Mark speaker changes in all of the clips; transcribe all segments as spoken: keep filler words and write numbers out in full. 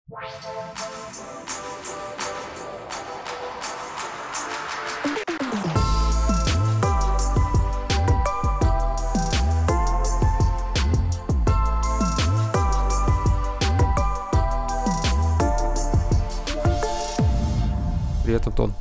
Speaker 1: Привет, Антон.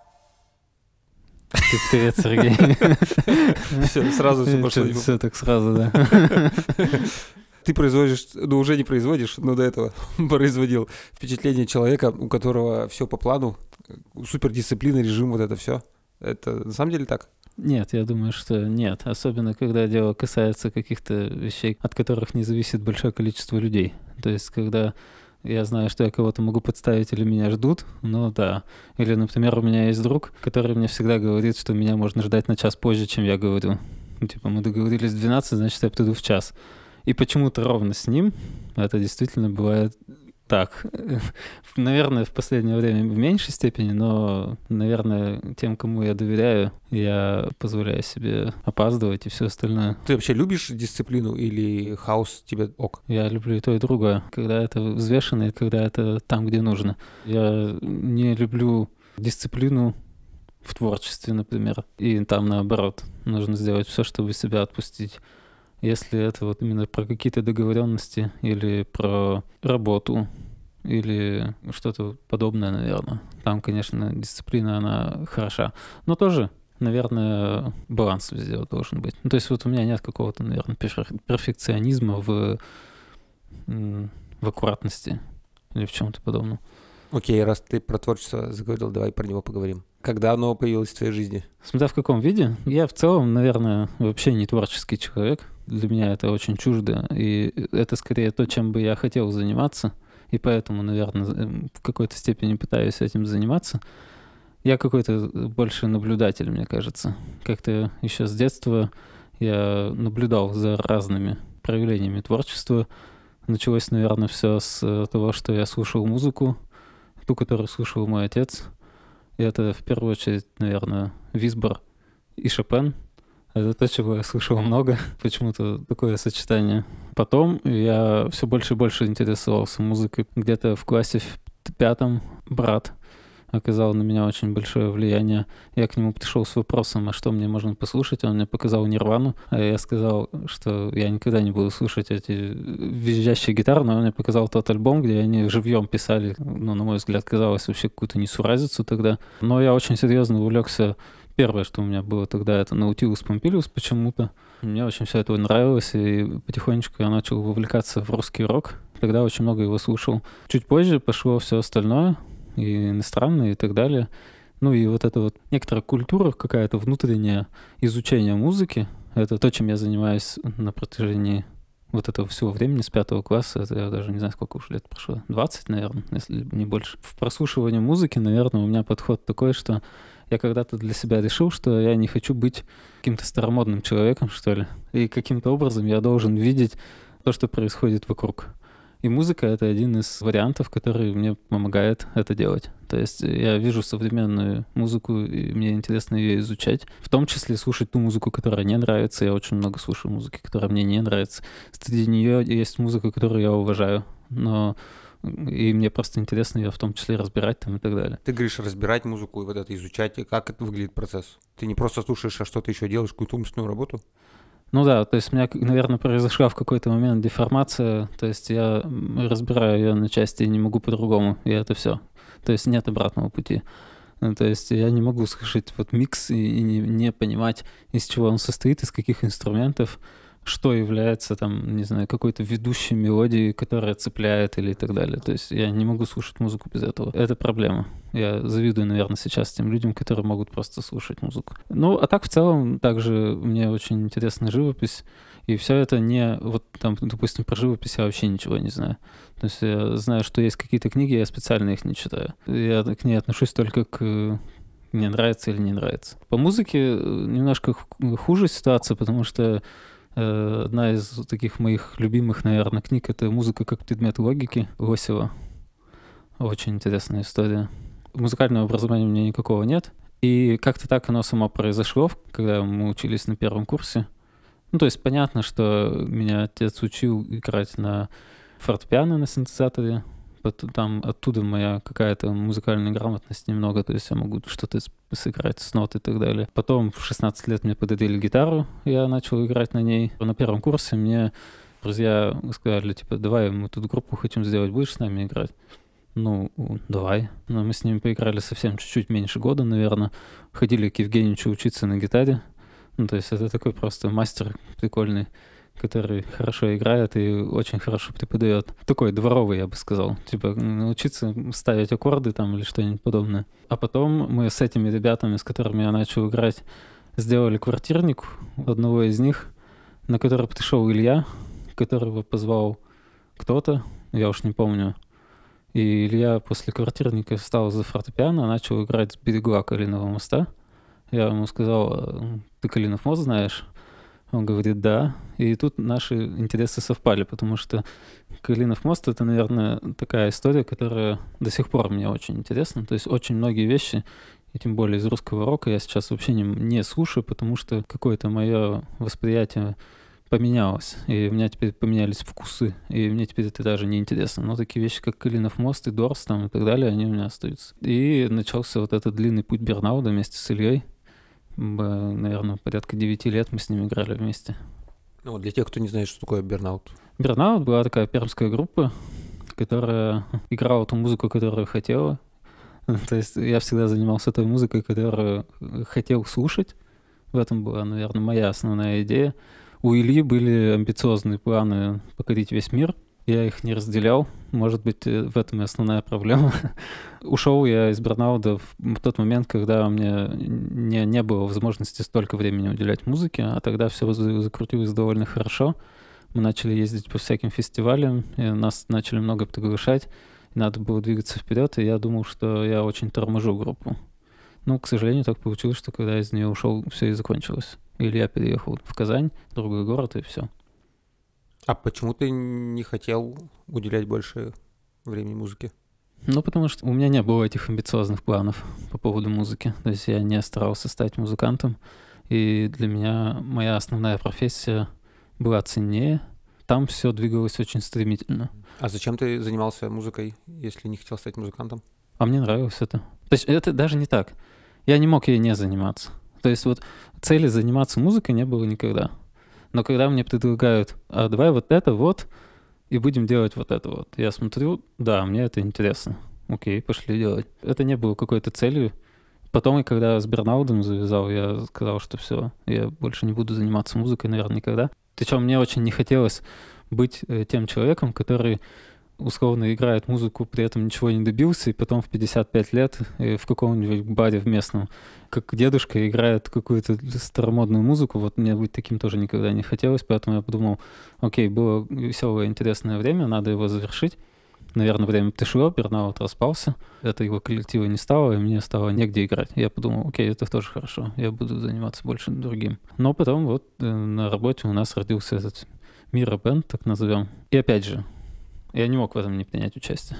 Speaker 2: Привет, Сергей.
Speaker 1: Все, сразу все пошло.
Speaker 2: Все так сразу, да.
Speaker 1: Ты производишь, ну уже не производишь, но до этого производил впечатление человека, у которого все по плану, супердисциплина, режим, вот это все. Это на самом деле так?
Speaker 2: Нет, я думаю, что нет. Особенно, когда дело касается каких-то вещей, от которых не зависит большое количество людей. То есть, когда я знаю, что я кого-то могу подставить или меня ждут, ну да. Или, например, у меня есть друг, который мне всегда говорит, что меня можно ждать на час позже, чем я говорю. Ну, типа, мы договорились в двенадцать, значит, я приду в час. И почему-то ровно с ним это действительно бывает так. Наверное, в последнее время в меньшей степени, но, наверное, тем, кому я доверяю, я позволяю себе опаздывать и все остальное.
Speaker 1: Ты вообще любишь дисциплину или хаос тебе ок?
Speaker 2: Я люблю и то, и другое. Когда это взвешенно, и когда это там, где нужно. Я не люблю дисциплину в творчестве, например. И там, наоборот, нужно сделать все, чтобы себя отпустить. Если это вот именно про какие-то договоренности или про работу или что-то подобное, наверное. Там, конечно, дисциплина, она хороша. Но тоже, наверное, баланс везде должен быть. Ну, то есть вот у меня нет какого-то, наверное, перфекционизма в, в аккуратности или в чем-то подобном.
Speaker 1: Окей, раз ты про творчество заговорил, давай про него поговорим. Когда оно появилось в твоей жизни?
Speaker 2: Смотря в каком виде. Я в целом, наверное, вообще не творческий человек. Для меня это очень чуждо. И это скорее то, чем бы я хотел заниматься. И поэтому, наверное, в какой-то степени пытаюсь этим заниматься. Я какой-то больше наблюдатель, мне кажется. Как-то еще с детства я наблюдал за разными проявлениями творчества. Началось, наверное, все с того, что я слушал музыку, ту, которую слушал мой отец. И это в первую очередь, наверное, Висбор и Шопен. Это то, чего я слышал много. Почему-то такое сочетание. Потом я все больше и больше интересовался музыкой. Где-то в классе в пятом брат оказал на меня очень большое влияние. Я к нему пришел с вопросом, а что мне можно послушать? Он мне показал Нирвану, а я сказал, что я никогда не буду слушать эти визжащие гитары, но он мне показал тот альбом, где они живьем писали, ну, на мой взгляд, казалось вообще какую-то несуразицу тогда. Но я очень серьезно увлекся. Первое, что у меня было тогда, это Наутилус Помпилиус почему-то. Мне очень все это нравилось, и потихонечку я начал вовлекаться в русский рок. Тогда очень много его слушал. Чуть позже пошло все остальное, и иностранные, и так далее. Ну и вот эта вот некоторая культура, какая-то внутреннее изучение музыки, это то, чем я занимаюсь на протяжении вот этого всего времени с пятого класса. Это я даже не знаю, сколько уж лет прошло. двадцать, наверное, если не больше. В прослушивании музыки, наверное, у меня подход такой, что я когда-то для себя решил, что я не хочу быть каким-то старомодным человеком, что ли. И каким-то образом я должен видеть то, что происходит вокруг. И музыка — это один из вариантов, который мне помогает это делать. То есть я вижу современную музыку, и мне интересно ее изучать. В том числе слушать ту музыку, которая мне нравится. Я очень много слушаю музыки, которая мне не нравится. Среди нее есть музыка, которую я уважаю. Но и мне просто интересно ее в том числе разбирать там и так далее.
Speaker 1: Ты говоришь, разбирать музыку и вот это изучать. Как это выглядит процесс? Ты не просто слушаешь, а что ты еще делаешь, какую-то умственную работу?
Speaker 2: Ну да, то есть у меня, наверное, произошла в какой-то момент деформация, то есть я разбираю ее на части и не могу по-другому, и это все. То есть нет обратного пути. Ну, то есть я не могу слышать вот микс и, и не, не понимать, из чего он состоит, из каких инструментов, что является там, не знаю, какой-то ведущей мелодией, которая цепляет или и так далее. То есть я не могу слушать музыку без этого. Это проблема. Я завидую, наверное, сейчас тем людям, которые могут просто слушать музыку. Ну, а так в целом также мне очень интересна живопись. И все это не... Вот там, допустим, про живопись я вообще ничего не знаю. То есть я знаю, что есть какие-то книги, я специально их не читаю. Я к ней отношусь только к... мне нравится или не нравится. По музыке немножко хуже ситуация, потому что одна из таких моих любимых, наверное, книг — это «Музыка как предмет логики» Лосева. Очень интересная история. Музыкального образования у меня никакого нет. И как-то так оно само произошло, когда мы учились на первом курсе. Ну, то есть понятно, что меня отец учил играть на фортепиано, на синтезаторе. Там оттуда моя какая-то музыкальная грамотность немного, то есть я могу что-то сыграть с нот и так далее. Потом в шестнадцать лет мне подарили гитару, я начал играть на ней. На первом курсе мне друзья сказали, типа, давай мы тут группу хотим сделать, будешь с нами играть? Ну, давай. Но мы с ними поиграли совсем чуть-чуть меньше года, наверное. Ходили к Евгеньевичу учиться на гитаре. Ну, то есть это такой просто мастер прикольный, который хорошо играет и очень хорошо преподает. Такой дворовый, я бы сказал. Типа научиться ставить аккорды там или что-нибудь подобное. А потом мы с этими ребятами, с которыми я начал играть, сделали квартирник одного из них, на который пришел Илья, которого позвал кто-то, я уж не помню. И Илья после квартирника встал за фортепиано, начал играть с берегла Калинового моста. Я ему сказал, ты Калинов мост знаешь? Он говорит, да. И тут наши интересы совпали, потому что Калинов мост — это, наверное, такая история, которая до сих пор мне очень интересна. То есть очень многие вещи, и тем более из русского рока, я сейчас вообще не, не слушаю, потому что какое-то мое восприятие поменялось, и у меня теперь поменялись вкусы, и мне теперь это даже не интересно. Но такие вещи, как Калинов мост и Дорс там и так далее, они у меня остаются. И начался вот этот длинный путь Бернауда вместе с Ильей. Наверное, порядка девяти лет мы с ним играли вместе.
Speaker 1: Ну, для тех, кто не знает, что такое Бернаут.
Speaker 2: Бернаут была такая пермская группа, которая играла ту музыку, которую хотела. То есть я всегда занимался той музыкой, которую хотел слушать. В этом была, наверное, моя основная идея. У Ильи были амбициозные планы покорить весь мир. Я их не разделял. Может быть, в этом и основная проблема. Ушел я из Бернауда в тот момент, когда у меня не, не было возможности столько времени уделять музыке, а тогда все закрутилось довольно хорошо. Мы начали ездить по всяким фестивалям, и нас начали много приглашать, и надо было двигаться вперед, и я думал, что я очень торможу группу. Ну, к сожалению, так получилось, что когда я из нее ушел, все и закончилось. Или я переехал в Казань, в другой город, и все.
Speaker 1: А почему ты не хотел уделять больше времени музыке?
Speaker 2: Ну, потому что у меня не было этих амбициозных планов по поводу музыки. То есть я не старался стать музыкантом, и для меня моя основная профессия была ценнее. Там все двигалось очень стремительно.
Speaker 1: А зачем ты занимался музыкой, если не хотел стать музыкантом?
Speaker 2: А мне нравилось это. То есть это даже не так. Я не мог ей не заниматься. То есть вот цели заниматься музыкой не было никогда. Но когда мне предлагают, а давай вот это вот, и будем делать вот это вот, я смотрю, да, мне это интересно. Окей, пошли делать. Это не было какой-то целью. Потом, и когда с Бернаудом завязал, я сказал, что все, я больше не буду заниматься музыкой, наверное, никогда. Причем мне очень не хотелось быть тем человеком, который условно играет музыку, при этом ничего не добился, и потом в пятьдесят пять лет в каком-нибудь баре в местном, как дедушка играет какую-то старомодную музыку, вот мне быть таким тоже никогда не хотелось, поэтому я подумал, окей, было веселое, интересное время, надо его завершить. Наверное, время пришло, Бернаут распался, это его коллектива не стало, и мне стало негде играть. Я подумал, окей, это тоже хорошо, я буду заниматься больше другим. Но потом вот на работе у нас родился этот Мира Бенд, так назовем. И опять же, я не мог в этом не принять участие.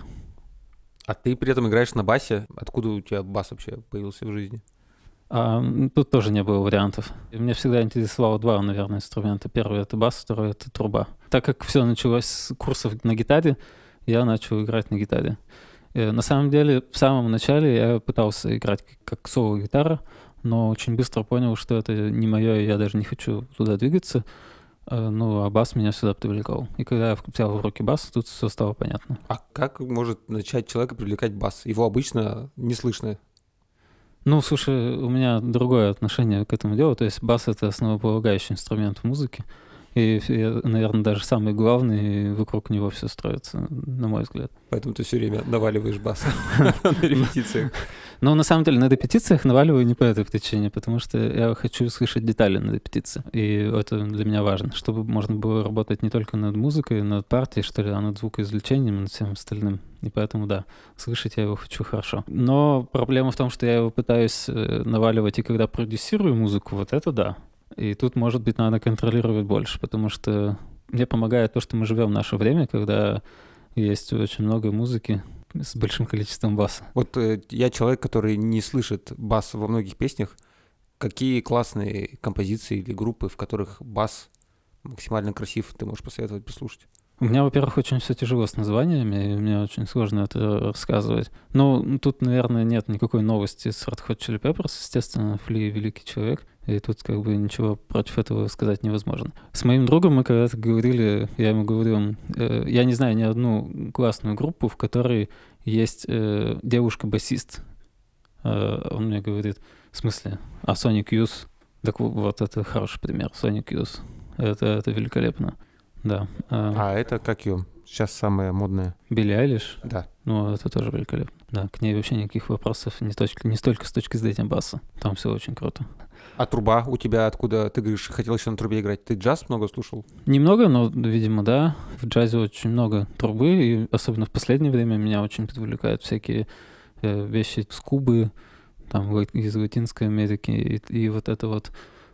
Speaker 1: А ты при этом играешь на басе? Откуда у тебя бас вообще появился в жизни?
Speaker 2: А, тут тоже не было вариантов. Меня всегда интересовало два, наверное, инструмента. Первый — это бас, второй — это труба. Так как все началось с курсов на гитаре, я начал играть на гитаре. И на самом деле, в самом начале я пытался играть как соло-гитара, но очень быстро понял, что это не мое, и я даже не хочу туда двигаться. Ну, а бас меня всегда привлекал. И когда я взял в руки бас, тут все стало понятно.
Speaker 1: А как может начать человека привлекать бас? Его обычно не слышно.
Speaker 2: Ну, слушай, у меня другое отношение к этому делу. То есть бас — это основополагающий инструмент в музыке. И, наверное, даже самый главный, и вокруг него все строится, на мой взгляд.
Speaker 1: Поэтому ты все время наваливаешь бас на репетициях.
Speaker 2: Но на самом деле на репетициях наваливаю не по этой причине, потому что я хочу слышать детали на репетиции. И это для меня важно, чтобы можно было работать не только над музыкой, над партией, что ли, а над звукоизвлечением, над всем остальным. И поэтому, да, слышать я его хочу хорошо. Но проблема в том, что я его пытаюсь наваливать, и когда продюсирую музыку, вот это да. И тут, может быть, надо контролировать больше, потому что мне помогает то, что мы живем в наше время, когда есть очень много музыки с большим количеством баса.
Speaker 1: Вот э, я человек, который не слышит бас во многих песнях. Какие классные композиции или группы, в которых бас максимально красив, ты можешь посоветовать послушать?
Speaker 2: У меня, во-первых, очень все тяжело с названиями, и мне очень сложно это рассказывать. Ну, тут, наверное, нет никакой новости с Red Hot Chili Peppers, естественно, Фли — великий человек, и тут как бы ничего против этого сказать невозможно. С моим другом мы когда-то говорили, я ему говорил, э, я не знаю ни одну классную группу, в которой есть э, девушка-басист. Э, он мне говорит, в смысле, а Sonic Youth? Так вот, это хороший пример, Sonic Youth. Это, это великолепно. Да.
Speaker 1: А это как ее? Сейчас самое модное.
Speaker 2: Билли Айлиш?
Speaker 1: Да.
Speaker 2: Ну, это тоже великолепно. Да, к ней вообще никаких вопросов, не, точки, не столько с точки зрения баса. Там все очень круто.
Speaker 1: А труба у тебя откуда? Ты говоришь, хотел еще на трубе играть. Ты джаз много слушал?
Speaker 2: Немного, но, видимо, да. В джазе очень много трубы, и особенно в последнее время меня очень привлекают всякие э, вещи с Кубы, там, из Латинской Америки, и, и вот это вот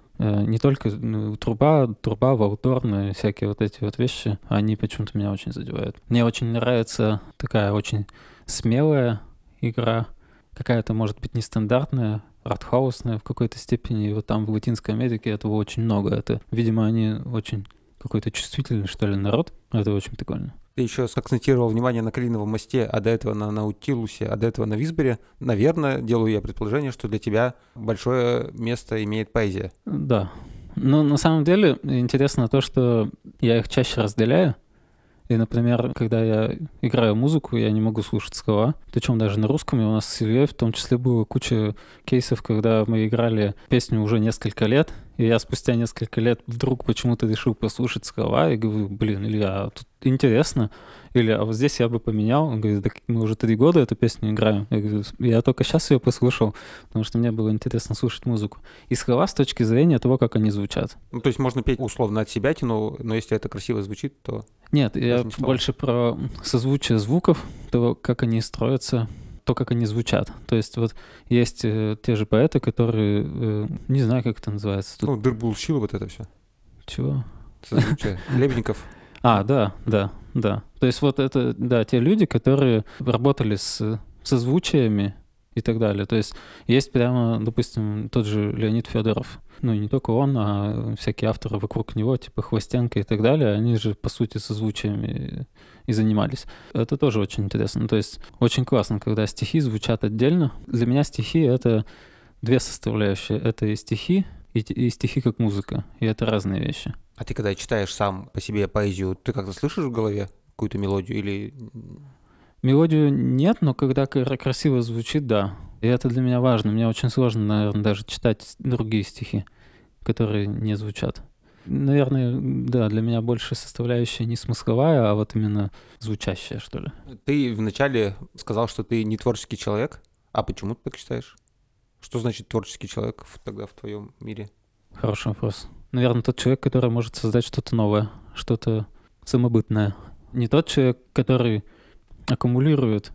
Speaker 2: не только ну, труба, труба, валторны, всякие вот эти вот вещи, они почему-то меня очень задевают. Мне очень нравится такая очень смелая игра, какая-то, может быть, нестандартная, артхаусная в какой-то степени. И вот там в Латинской Америке этого очень много. Это, видимо, они очень какой-то чувствительный, что ли, народ. Это очень прикольно.
Speaker 1: Ты еще сакцентировал внимание на Калиновом мосте, а до этого на Наутилусе, а до этого на Висборе. Наверное, делаю я предположение, что для тебя большое место имеет поэзия.
Speaker 2: Да. Но на самом деле интересно то, что я их чаще разделяю. И, например, когда я играю музыку, я не могу слушать слова. Причем даже на русском, и у нас с Ильей в том числе было куча кейсов, когда мы играли песню уже несколько лет, и я спустя несколько лет вдруг почему-то решил послушать слова и говорю, блин, Илья, тут интересно. Или, а вот здесь я бы поменял. Он говорит, так мы уже три года эту песню играем. Я говорю, я только сейчас ее послушал, потому что мне было интересно слушать музыку. И слова с точки зрения того, как они звучат.
Speaker 1: Ну, то есть можно петь условно от себя, но, но если это красиво звучит, то...
Speaker 2: Нет, я больше про созвучие звуков, того, как они строятся, то, как они звучат. То есть вот есть э, те же поэты, которые, э, не знаю, как это называется.
Speaker 1: Тут... Ну, Дырбулщил, вот это все.
Speaker 2: Чего?
Speaker 1: Созвучие. Лебедников.
Speaker 2: А, да, да, да. То есть вот это, да, те люди, которые работали с созвучиями и так далее. То есть есть прямо, допустим, тот же Леонид Федоров. Ну, не только он, а всякие авторы вокруг него, типа Хвостенко и так далее, они же, по сути, созвучиями и занимались. Это тоже очень интересно. То есть очень классно, когда стихи звучат отдельно. Для меня стихи — это две составляющие. Это и стихи, и, и стихи как музыка. И это разные вещи.
Speaker 1: А ты когда читаешь сам по себе поэзию, ты как-то слышишь в голове какую-то мелодию или...
Speaker 2: Мелодию нет, но когда красиво звучит, да. И это для меня важно. Мне очень сложно, наверное, даже читать другие стихи, которые не звучат. Наверное, да, для меня больше составляющая не смысловая, а вот именно звучащая, что ли.
Speaker 1: Ты вначале сказал, что ты не творческий человек. А почему ты так считаешь? Что значит творческий человек тогда в твоем мире?
Speaker 2: Хороший вопрос. Наверное, тот человек, который может создать что-то новое, что-то самобытное. Не тот человек, который аккумулирует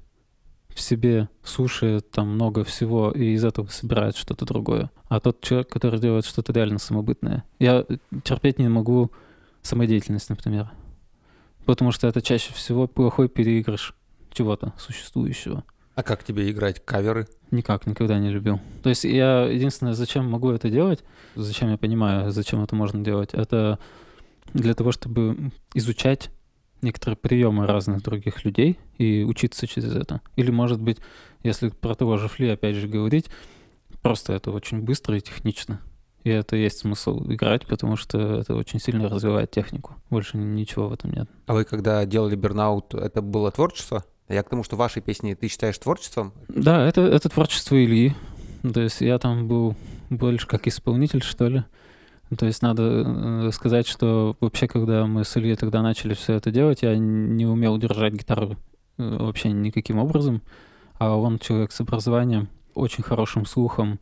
Speaker 2: в себе, слушает там много всего и из этого собирает что-то другое. А тот человек, который делает что-то реально самобытное. Я терпеть не могу самодеятельность, например. Потому что это чаще всего плохой переигрыш чего-то существующего.
Speaker 1: А как тебе играть каверы?
Speaker 2: Никак, никогда не любил. То есть я единственное, зачем могу это делать, зачем я понимаю, зачем это можно делать, это для того, чтобы изучать некоторые приемы разных других людей и учиться через это. Или, может быть, если про того же Фли опять же говорить, просто это очень быстро и технично. И это есть смысл играть, потому что это очень сильно развивает технику. Больше ничего в этом нет.
Speaker 1: А вы когда делали Burnout, это было творчество? Я к тому, что ваши песни ты считаешь творчеством?
Speaker 2: Да, это, это творчество Ильи. То есть я там был больше как исполнитель, что ли. То есть надо сказать, что вообще, когда мы с Ильей тогда начали все это делать, я не умел держать гитару вообще никаким образом. А он человек с образованием, очень хорошим слухом,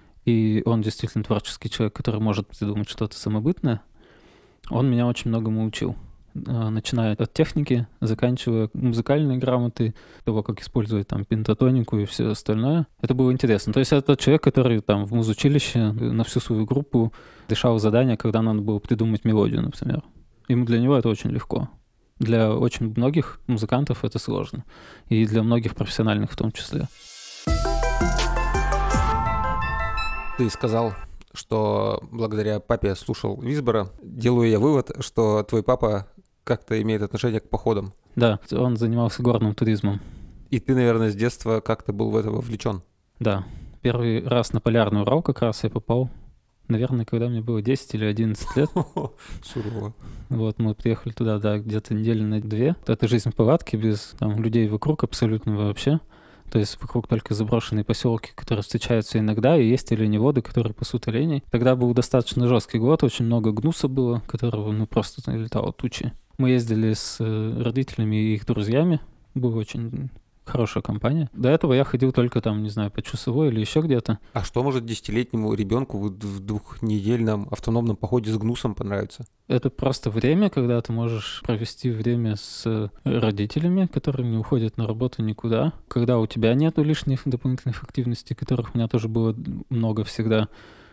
Speaker 2: и он действительно творческий человек, который может придумать что-то самобытное. Он меня очень многому учил. Начиная от техники, заканчивая музыкальной грамотой, того, как использовать там пентатонику и все остальное. Это было интересно. То есть это тот человек, который там в музучилище на всю свою группу решал задания, когда надо было придумать мелодию, например. Ему для него это очень легко. Для очень многих музыкантов это сложно. И для многих профессиональных в том числе.
Speaker 1: Ты сказал, что благодаря папе слушал Висбора. Делаю я вывод, что твой папа как-то имеет отношение к походам.
Speaker 2: Да, он занимался горным туризмом.
Speaker 1: И ты, наверное, с детства как-то был в это вовлечен.
Speaker 2: Да. Первый раз на полярный Урал как раз я попал, наверное, когда мне было десять или одиннадцать лет.
Speaker 1: Сурово.
Speaker 2: Вот, мы приехали туда, да, где-то недели на две. Это жизнь в палатке, без там людей вокруг абсолютно вообще. То есть вокруг только заброшенные поселки, которые встречаются иногда, и есть оленеводы, которые пасут оленей. Тогда был достаточно жесткий год, очень много гнуса было, которого ну, просто летало тучи. Мы ездили с родителями и их друзьями, была очень хорошая компания. До этого я ходил только там, не знаю, по Чусовой или еще где-то.
Speaker 1: А что может десятилетнему ребенку в двухнедельном автономном походе с гнусом понравиться?
Speaker 2: Это просто время, когда ты можешь провести время с родителями, которые не уходят на работу никуда, когда у тебя нету лишних дополнительных активностей, которых у меня тоже было много всегда,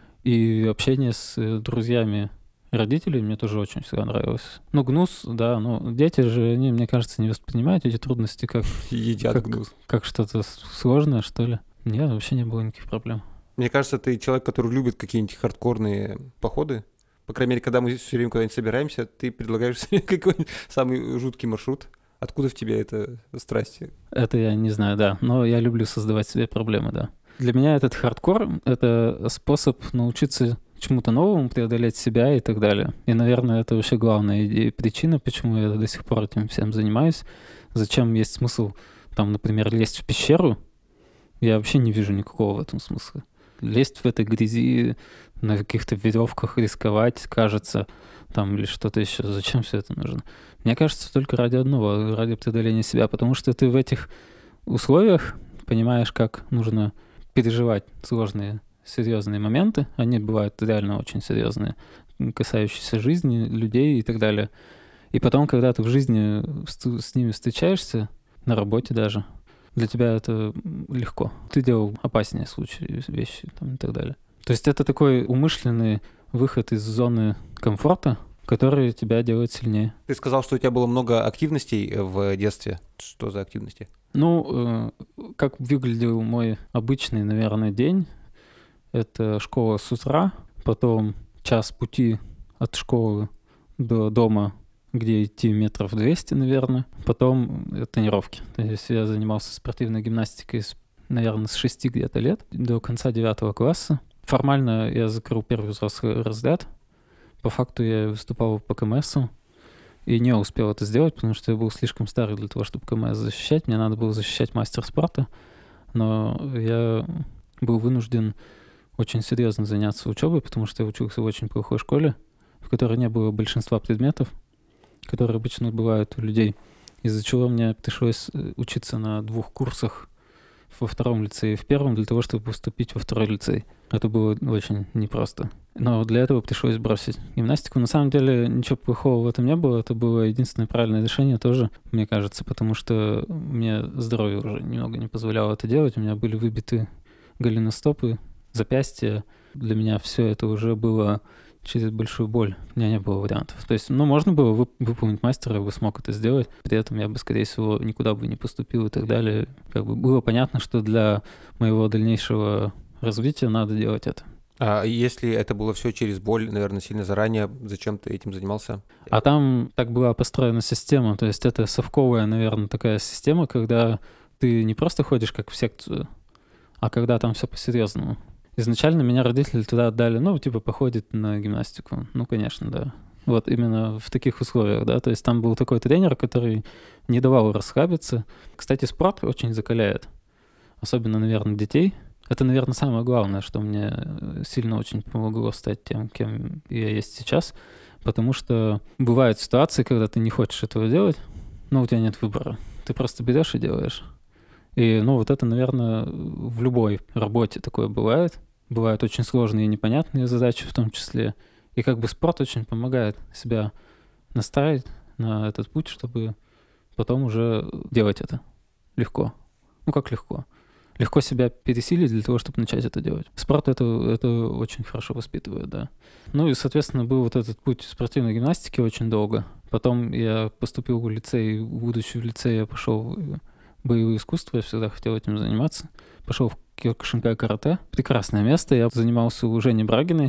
Speaker 2: и общение с друзьями родителей мне тоже очень всегда нравилось. Ну, гнус, да, ну, дети же, они, мне кажется, не воспринимают эти трудности как...
Speaker 1: Едят
Speaker 2: как,
Speaker 1: гнус.
Speaker 2: Как что-то сложное, что ли. Нет, вообще не было никаких проблем.
Speaker 1: Мне кажется, ты человек, который любит какие-нибудь хардкорные походы. По крайней мере, когда мы все время куда-нибудь собираемся, ты предлагаешь себе какой-нибудь самый жуткий маршрут. Откуда в тебе эта страсть?
Speaker 2: Это я не знаю, да. Но я люблю создавать себе проблемы, да. Для меня этот хардкор — это способ научиться чему-то новому, преодолеть себя и так далее. И, наверное, это вообще главная идея, причина, почему я до сих пор этим всем занимаюсь. Зачем есть смысл, там, например, лезть в пещеру? Я вообще не вижу никакого в этом смысла. Лезть в этой грязи, на каких-то веревках рисковать, кажется, там, или что-то еще. Зачем все это нужно? Мне кажется, только ради одного, ради преодоления себя, потому что ты в этих условиях понимаешь, как нужно переживать сложные, серьезные моменты. Они бывают реально очень серьезные, касающиеся жизни, людей и так далее. И потом, когда ты в жизни с ними встречаешься, на работе даже, для тебя это легко. Ты делал опаснее случаи, вещи там, и так далее. То есть это такой умышленный выход из зоны комфорта, который тебя делает сильнее.
Speaker 1: Ты сказал, что у тебя было много активностей в детстве. Что за активности?
Speaker 2: Ну, э, как выглядел мой обычный, наверное, день. Это школа с утра, потом час пути от школы до дома, где идти метров двести, наверное. Потом тренировки. То есть я занимался спортивной гимнастикой, с, наверное, с шести где-то лет до конца девятого класса. Формально я закрыл первый взрослый разряд. По факту я выступал по КМСу и не успел это сделать, потому что я был слишком старый для того, чтобы КМС защищать. Мне надо было защищать мастер спорта. Но я был вынужден очень серьезно заняться учебой, потому что я учился в очень плохой школе, в которой не было большинства предметов, которые обычно бывают у людей, из-за чего мне пришлось учиться на двух курсах во втором лицее и в первом для того, чтобы поступить во второй лицей. Это было очень непросто. Но для этого пришлось бросить гимнастику. На самом деле ничего плохого в этом не было. Это было единственное правильное решение тоже, мне кажется, потому что мне здоровье уже немного не позволяло это делать. У меня были выбиты голеностопы, запястья. Для меня все это уже было через большую боль. У меня не было вариантов. То есть, ну, можно было вып- выполнить мастера, я бы смог это сделать. При этом я бы, скорее всего, никуда бы не поступил и так далее. Как бы было понятно, что для моего дальнейшего развития надо делать это.
Speaker 1: А если это было все через боль, наверное, сильно заранее, зачем ты этим занимался?
Speaker 2: А там так была построена система. То есть это совковая, наверное, такая система, когда ты не просто ходишь как в секцию, а когда там все по-серьезному. Изначально меня родители туда отдали, ну, типа, походит на гимнастику. Ну, конечно, да. Вот именно в таких условиях, да. То есть там был такой тренер, который не давал расслабиться. Кстати, спорт очень закаляет. Особенно, наверное, детей. Это, наверное, самое главное, что мне сильно очень помогло стать тем, кем я есть сейчас. Потому что бывают ситуации, когда ты не хочешь этого делать, но у тебя нет выбора. Ты просто берешь и делаешь. И, ну, вот это, наверное, в любой работе такое бывает. Бывают очень сложные и непонятные задачи в том числе. И как бы спорт очень помогает себя настраивать на этот путь, чтобы потом уже делать это легко. Ну, как легко? Легко себя пересилить для того, чтобы начать это делать. Спорт это, это очень хорошо воспитывает, да. Ну и, соответственно, был вот этот путь спортивной гимнастики очень долго. Потом я поступил в лицей, будучи в лицее, я пошел боевые искусства, я всегда хотел этим заниматься. Пошел в Киокушинкай карате. Прекрасное место. Я занимался у Жени Брагиной.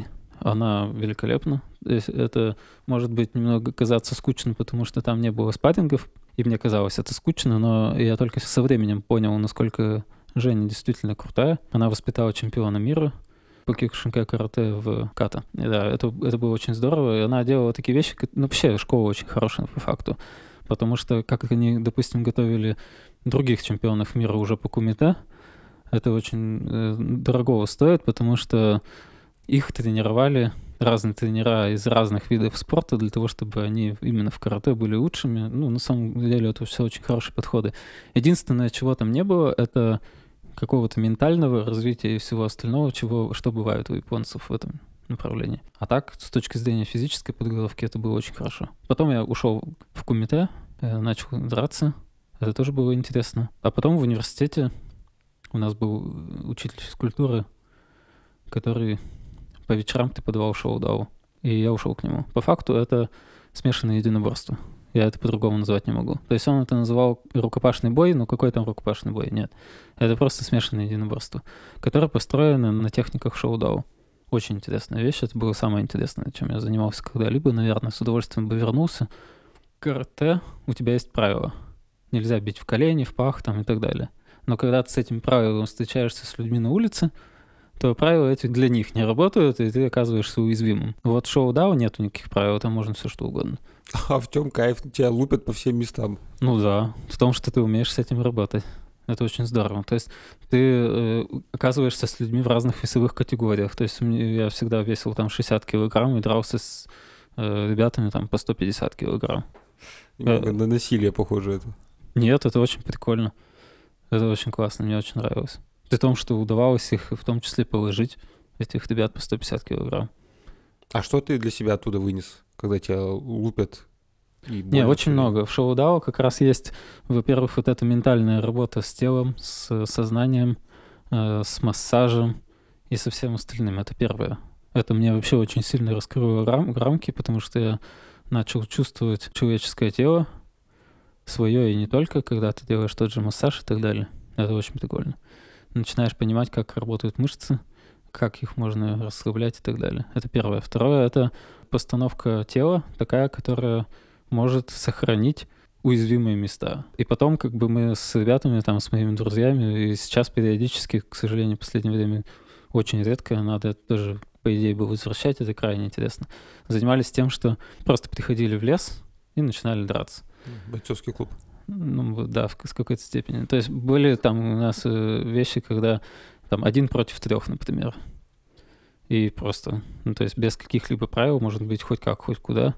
Speaker 2: она великолепна. То есть это может быть немного казаться скучно, потому что там не было спаррингов, и мне казалось это скучно, но я только со временем понял, насколько Женя действительно крутая. Она воспитала чемпиона мира по кикшинкай карате в ката. И да, это, это было очень здорово, и она делала такие вещи, ну, вообще школа очень хорошая по факту, потому что, как они, допустим, готовили других чемпионов мира уже по кумите, это очень э, дорого стоит, потому что их тренировали разные тренера из разных видов спорта для того, чтобы они именно в карате были лучшими. Ну, на самом деле, это все очень хорошие подходы. Единственное, чего там не было, это какого-то ментального развития и всего остального, чего, что бывает у японцев в этом направлении. А так, с точки зрения физической подготовки, это было очень хорошо. Потом я ушел в кумите, начал драться. Это тоже было интересно. А потом в университете у нас был учитель физкультуры, который по вечерам преподавал шоу-дау. И я ушел к нему. По факту это смешанное единоборство. Я это по-другому назвать не могу. То есть он это называл рукопашный бой, но какой там рукопашный бой? Нет. Это просто смешанное единоборство, которое построено на техниках шоу-дау. Очень интересная вещь. Это было самое интересное, чем я занимался когда-либо. Наверное, с удовольствием бы вернулся. В карате у тебя есть правила. Нельзя бить в колени, в пах там, и так далее. Но когда ты с этим правилом встречаешься с людьми на улице, то правила эти для них не работают, и ты оказываешься уязвимым. Вот в шоу-дау нету никаких правил, там можно все что угодно.
Speaker 1: А в чем кайф? Тебя лупят по всем местам.
Speaker 2: Ну да, в том, что ты умеешь с этим работать. Это очень здорово. То есть ты э, оказываешься с людьми в разных весовых категориях. То есть я всегда весил там шестьдесят килограмм и дрался с э, ребятами там по сто пятьдесят килограмм.
Speaker 1: Немного на насилие похоже это.
Speaker 2: Нет, это очень прикольно. Это очень классно, мне очень нравилось. При том, что удавалось их в том числе положить, этих ребят по сто пятьдесят килограмм.
Speaker 1: А что ты для себя оттуда вынес, когда тебя лупят? И
Speaker 2: Не, очень много. В шоу-дау как раз есть, во-первых, вот эта ментальная работа с телом, с сознанием, э, с массажем и со всем остальным. Это первое. Это мне вообще очень сильно раскрыло рам- рамки, потому что я начал чувствовать человеческое тело, свое и не только, когда ты делаешь тот же массаж и так далее. Это очень прикольно. Начинаешь понимать, как работают мышцы, как их можно расслаблять и так далее. Это первое. Второе — это постановка тела такая, которая может сохранить уязвимые места. И потом как бы мы с ребятами, там, с моими друзьями, и сейчас периодически, к сожалению, в последнее время очень редко, надо это тоже, по идее, было возвращать, это крайне интересно, занимались тем, что просто приходили в лес и начинали драться.
Speaker 1: Бойцовский клуб.
Speaker 2: Ну, да, в, в какой-то степени. То есть были там у нас э, вещи, когда там один против трех, например. И просто, ну, то есть без каких-либо правил, может быть, хоть как, хоть куда.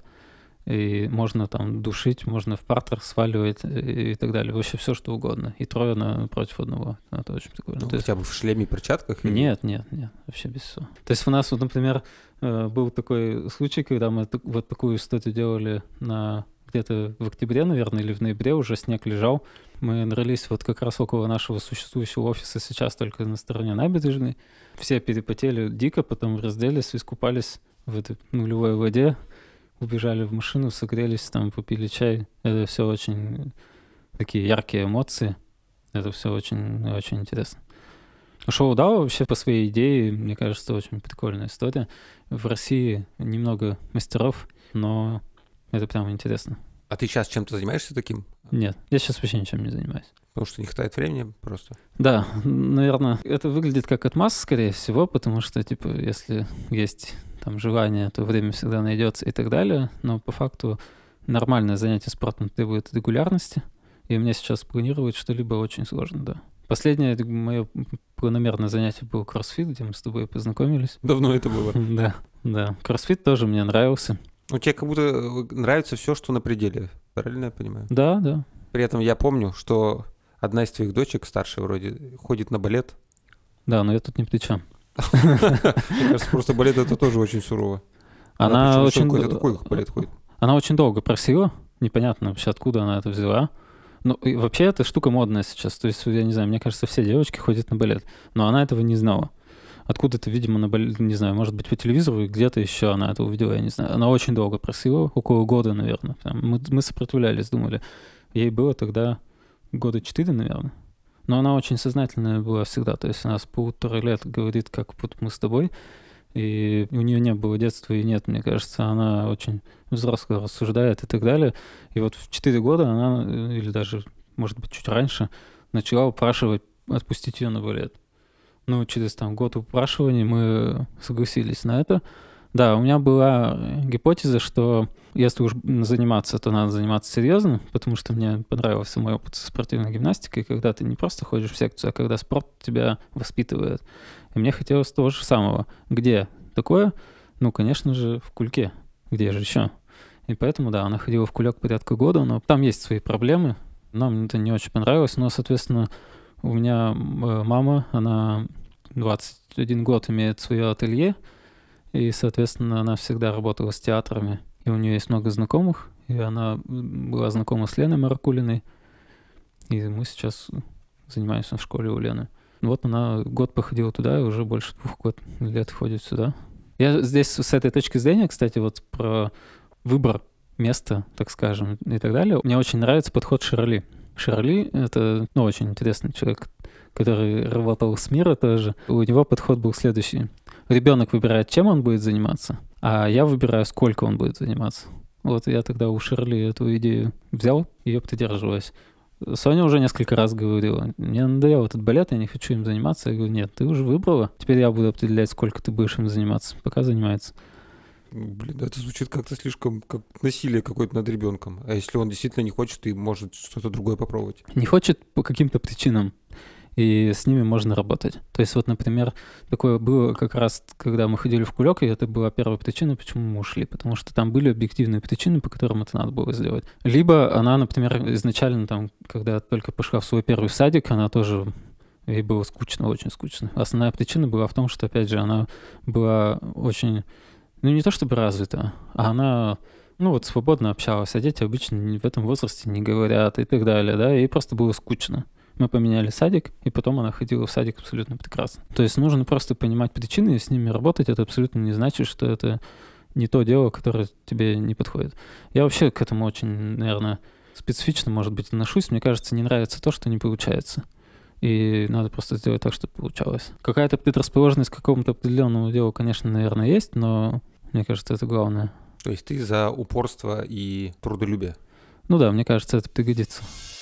Speaker 2: И можно там душить, можно в партер сваливать и, и так далее. Вообще все, что угодно. И трое на, против одного. Это очень прикольно.
Speaker 1: Ну,
Speaker 2: то
Speaker 1: хотя
Speaker 2: есть...
Speaker 1: бы в шлеме и перчатках? Или...
Speaker 2: Нет, нет, нет. Вообще без всего. То есть у нас, вот, например, был такой случай, когда мы вот такую статью делали на... где-то в октябре, наверное, или в ноябре уже снег лежал. Мы дрались вот как раз около нашего существующего офиса, сейчас только на стороне набережной. Все перепотели дико, потом разделись, искупались в этой нулевой воде, убежали в машину, согрелись, там попили чай. Это все очень такие яркие эмоции. Это все очень, очень интересно. Шоу-дау вообще по своей идее, мне кажется, очень прикольная история. В России немного мастеров, но это прям интересно.
Speaker 1: А ты сейчас чем-то занимаешься таким?
Speaker 2: Нет, я сейчас вообще ничем не занимаюсь.
Speaker 1: Потому что не хватает времени просто?
Speaker 2: Да, наверное, это выглядит как отмаз, скорее всего, потому что, типа, если есть там желание, то время всегда найдется и так далее. Но по факту нормальное занятие спортом требует регулярности, и мне сейчас планировать что-либо очень сложно, да. Последнее мое планомерное занятие было кроссфит, где мы с тобой познакомились.
Speaker 1: Давно это было.
Speaker 2: Да, да. Кроссфит тоже мне нравился.
Speaker 1: Ну, тебе как будто нравится все, что на пределе. Правильно я понимаю?
Speaker 2: Да, да.
Speaker 1: При этом я помню, что одна из твоих дочек, старшая вроде, ходит на балет.
Speaker 2: Да, но я тут ни при чем.
Speaker 1: Мне кажется, просто балет — это тоже очень сурово.
Speaker 2: Она очень...
Speaker 1: Какой-то такой балет ходит.
Speaker 2: Она очень долго просила. Непонятно вообще, откуда она это взяла. Ну, и вообще эта штука модная сейчас. То есть, я не знаю, мне кажется, все девочки ходят на балет. Но она этого не знала. Откуда-то, видимо, на балет, не знаю, может быть, по телевизору, и где-то еще она это увидела, я не знаю. Она очень долго просила, около года, наверное. Мы, мы сопротивлялись, думали. Ей было тогда года четыре, наверное. Но она очень сознательная была всегда. То есть она с полутора лет говорит, как вот мы с тобой. И у нее не было детства и нет, мне кажется. Она очень взросло рассуждает и так далее. И вот в четыре года она, или даже, может быть, чуть раньше, начала упрашивать отпустить ее на балет. Ну, через там год упрашиваний мы согласились на это. Да, у меня была гипотеза, что если уж заниматься, то надо заниматься серьезно, потому что мне понравился мой опыт со спортивной гимнастикой, когда ты не просто ходишь в секцию, а когда спорт тебя воспитывает. И мне хотелось того же самого. Где такое? Ну, конечно же, в Кульке. Где же еще? И поэтому, да, она ходила в Кулек порядка года, но там есть свои проблемы. Нам это не очень понравилось, но, соответственно, у меня мама, она двадцать один год имеет свое ателье, и, соответственно, она всегда работала с театрами, и у нее есть много знакомых, и она была знакома с Леной Маракулиной, и мы сейчас занимаемся в школе у Лены. Вот она год походила туда, и уже больше двух год, лет ходит сюда. Я здесь с этой точки зрения, кстати, вот про выбор места, так скажем, и так далее, мне очень нравится подход Широли. Широли — это, ну, очень интересный человек, который работал с мира тоже. У него подход был следующий. Ребенок выбирает, чем он будет заниматься, а я выбираю, сколько он будет заниматься. Вот я тогда у Широли эту идею взял, ее придерживаюсь. Соня уже несколько раз говорила: мне надоел этот балет, я не хочу им заниматься. Я говорю: нет, ты уже выбрала, теперь я буду определять, сколько ты будешь им заниматься. Пока занимается.
Speaker 1: Блин, это звучит как-то слишком как насилие какое-то над ребенком. А если он действительно не хочет и может что-то другое попробовать?
Speaker 2: Не хочет по каким-то причинам, и с ними можно работать. То есть вот, например, такое было как раз, когда мы ходили в Кулек, и это была первая причина, почему мы ушли, потому что там были объективные причины, по которым это надо было сделать. Либо она, например, изначально там, когда только пошла в свой первый садик, она тоже, ей было скучно, очень скучно. Основная причина была в том, что, опять же, она была очень, ну не то чтобы развита, а она, ну вот, свободно общалась, а дети обычно в этом возрасте не говорят и так далее, да, ей просто было скучно. Мы поменяли садик, и потом она ходила в садик абсолютно прекрасно. То есть нужно просто понимать причины и с ними работать. Это абсолютно не значит, что это не то дело, которое тебе не подходит. Я вообще к этому очень, наверное, специфично, может быть, отношусь. Мне кажется, не нравится то, что не получается. И надо просто сделать так, чтобы получалось. Какая-то предрасположенность к какому-то определенному делу, конечно, наверное, есть, но мне кажется, это главное.
Speaker 1: То есть ты за упорство и трудолюбие?
Speaker 2: Ну да, мне кажется, это пригодится.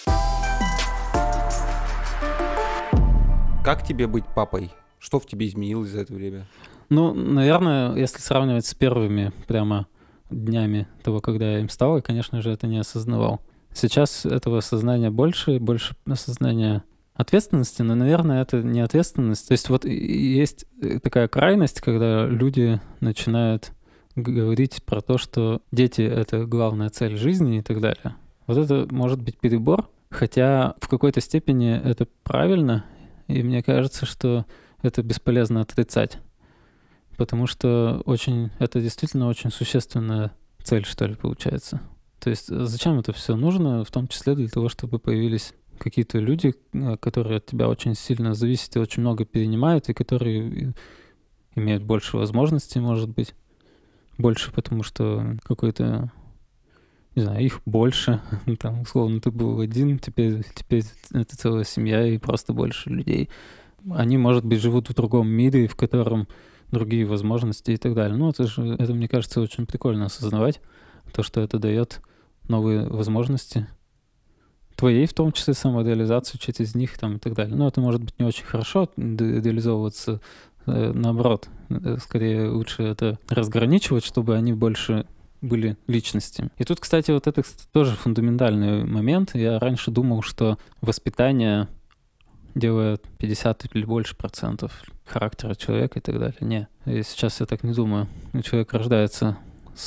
Speaker 1: Как тебе быть папой? Что в тебе изменилось за это время?
Speaker 2: Ну, наверное, если сравнивать с первыми прямо днями того, когда я им стал, я, конечно же, это не осознавал. Сейчас этого осознания больше, больше осознания ответственности, но, наверное, это не ответственность. То есть вот есть такая крайность, когда люди начинают говорить про то, что дети — это главная цель жизни и так далее. Вот это может быть перебор, хотя в какой-то степени это правильно. И мне кажется, что это бесполезно отрицать, потому что очень, это действительно очень существенная цель, что ли, получается. То есть зачем это все нужно, в том числе для того, чтобы появились какие-то люди, которые от тебя очень сильно зависят и очень много перенимают, и которые имеют больше возможностей, может быть, больше, потому что какой-то, не знаю, их больше, там, условно, ты был один, теперь, теперь это целая семья и просто больше людей. Они, может быть, живут в другом мире, в котором другие возможности и так далее. Ну, это же, это, мне кажется, очень прикольно осознавать, то, что это дает новые возможности, твоей, в том числе, самореализацию через них там, и так далее. Но это может быть не очень хорошо реализовываться, наоборот. Скорее, лучше это разграничивать, чтобы они больше были личностями. И тут, кстати, вот это тоже фундаментальный момент. Я раньше думал, что воспитание делает пятьдесят или больше процентов характера человека и так далее. Не, и сейчас я так не думаю. Человек рождается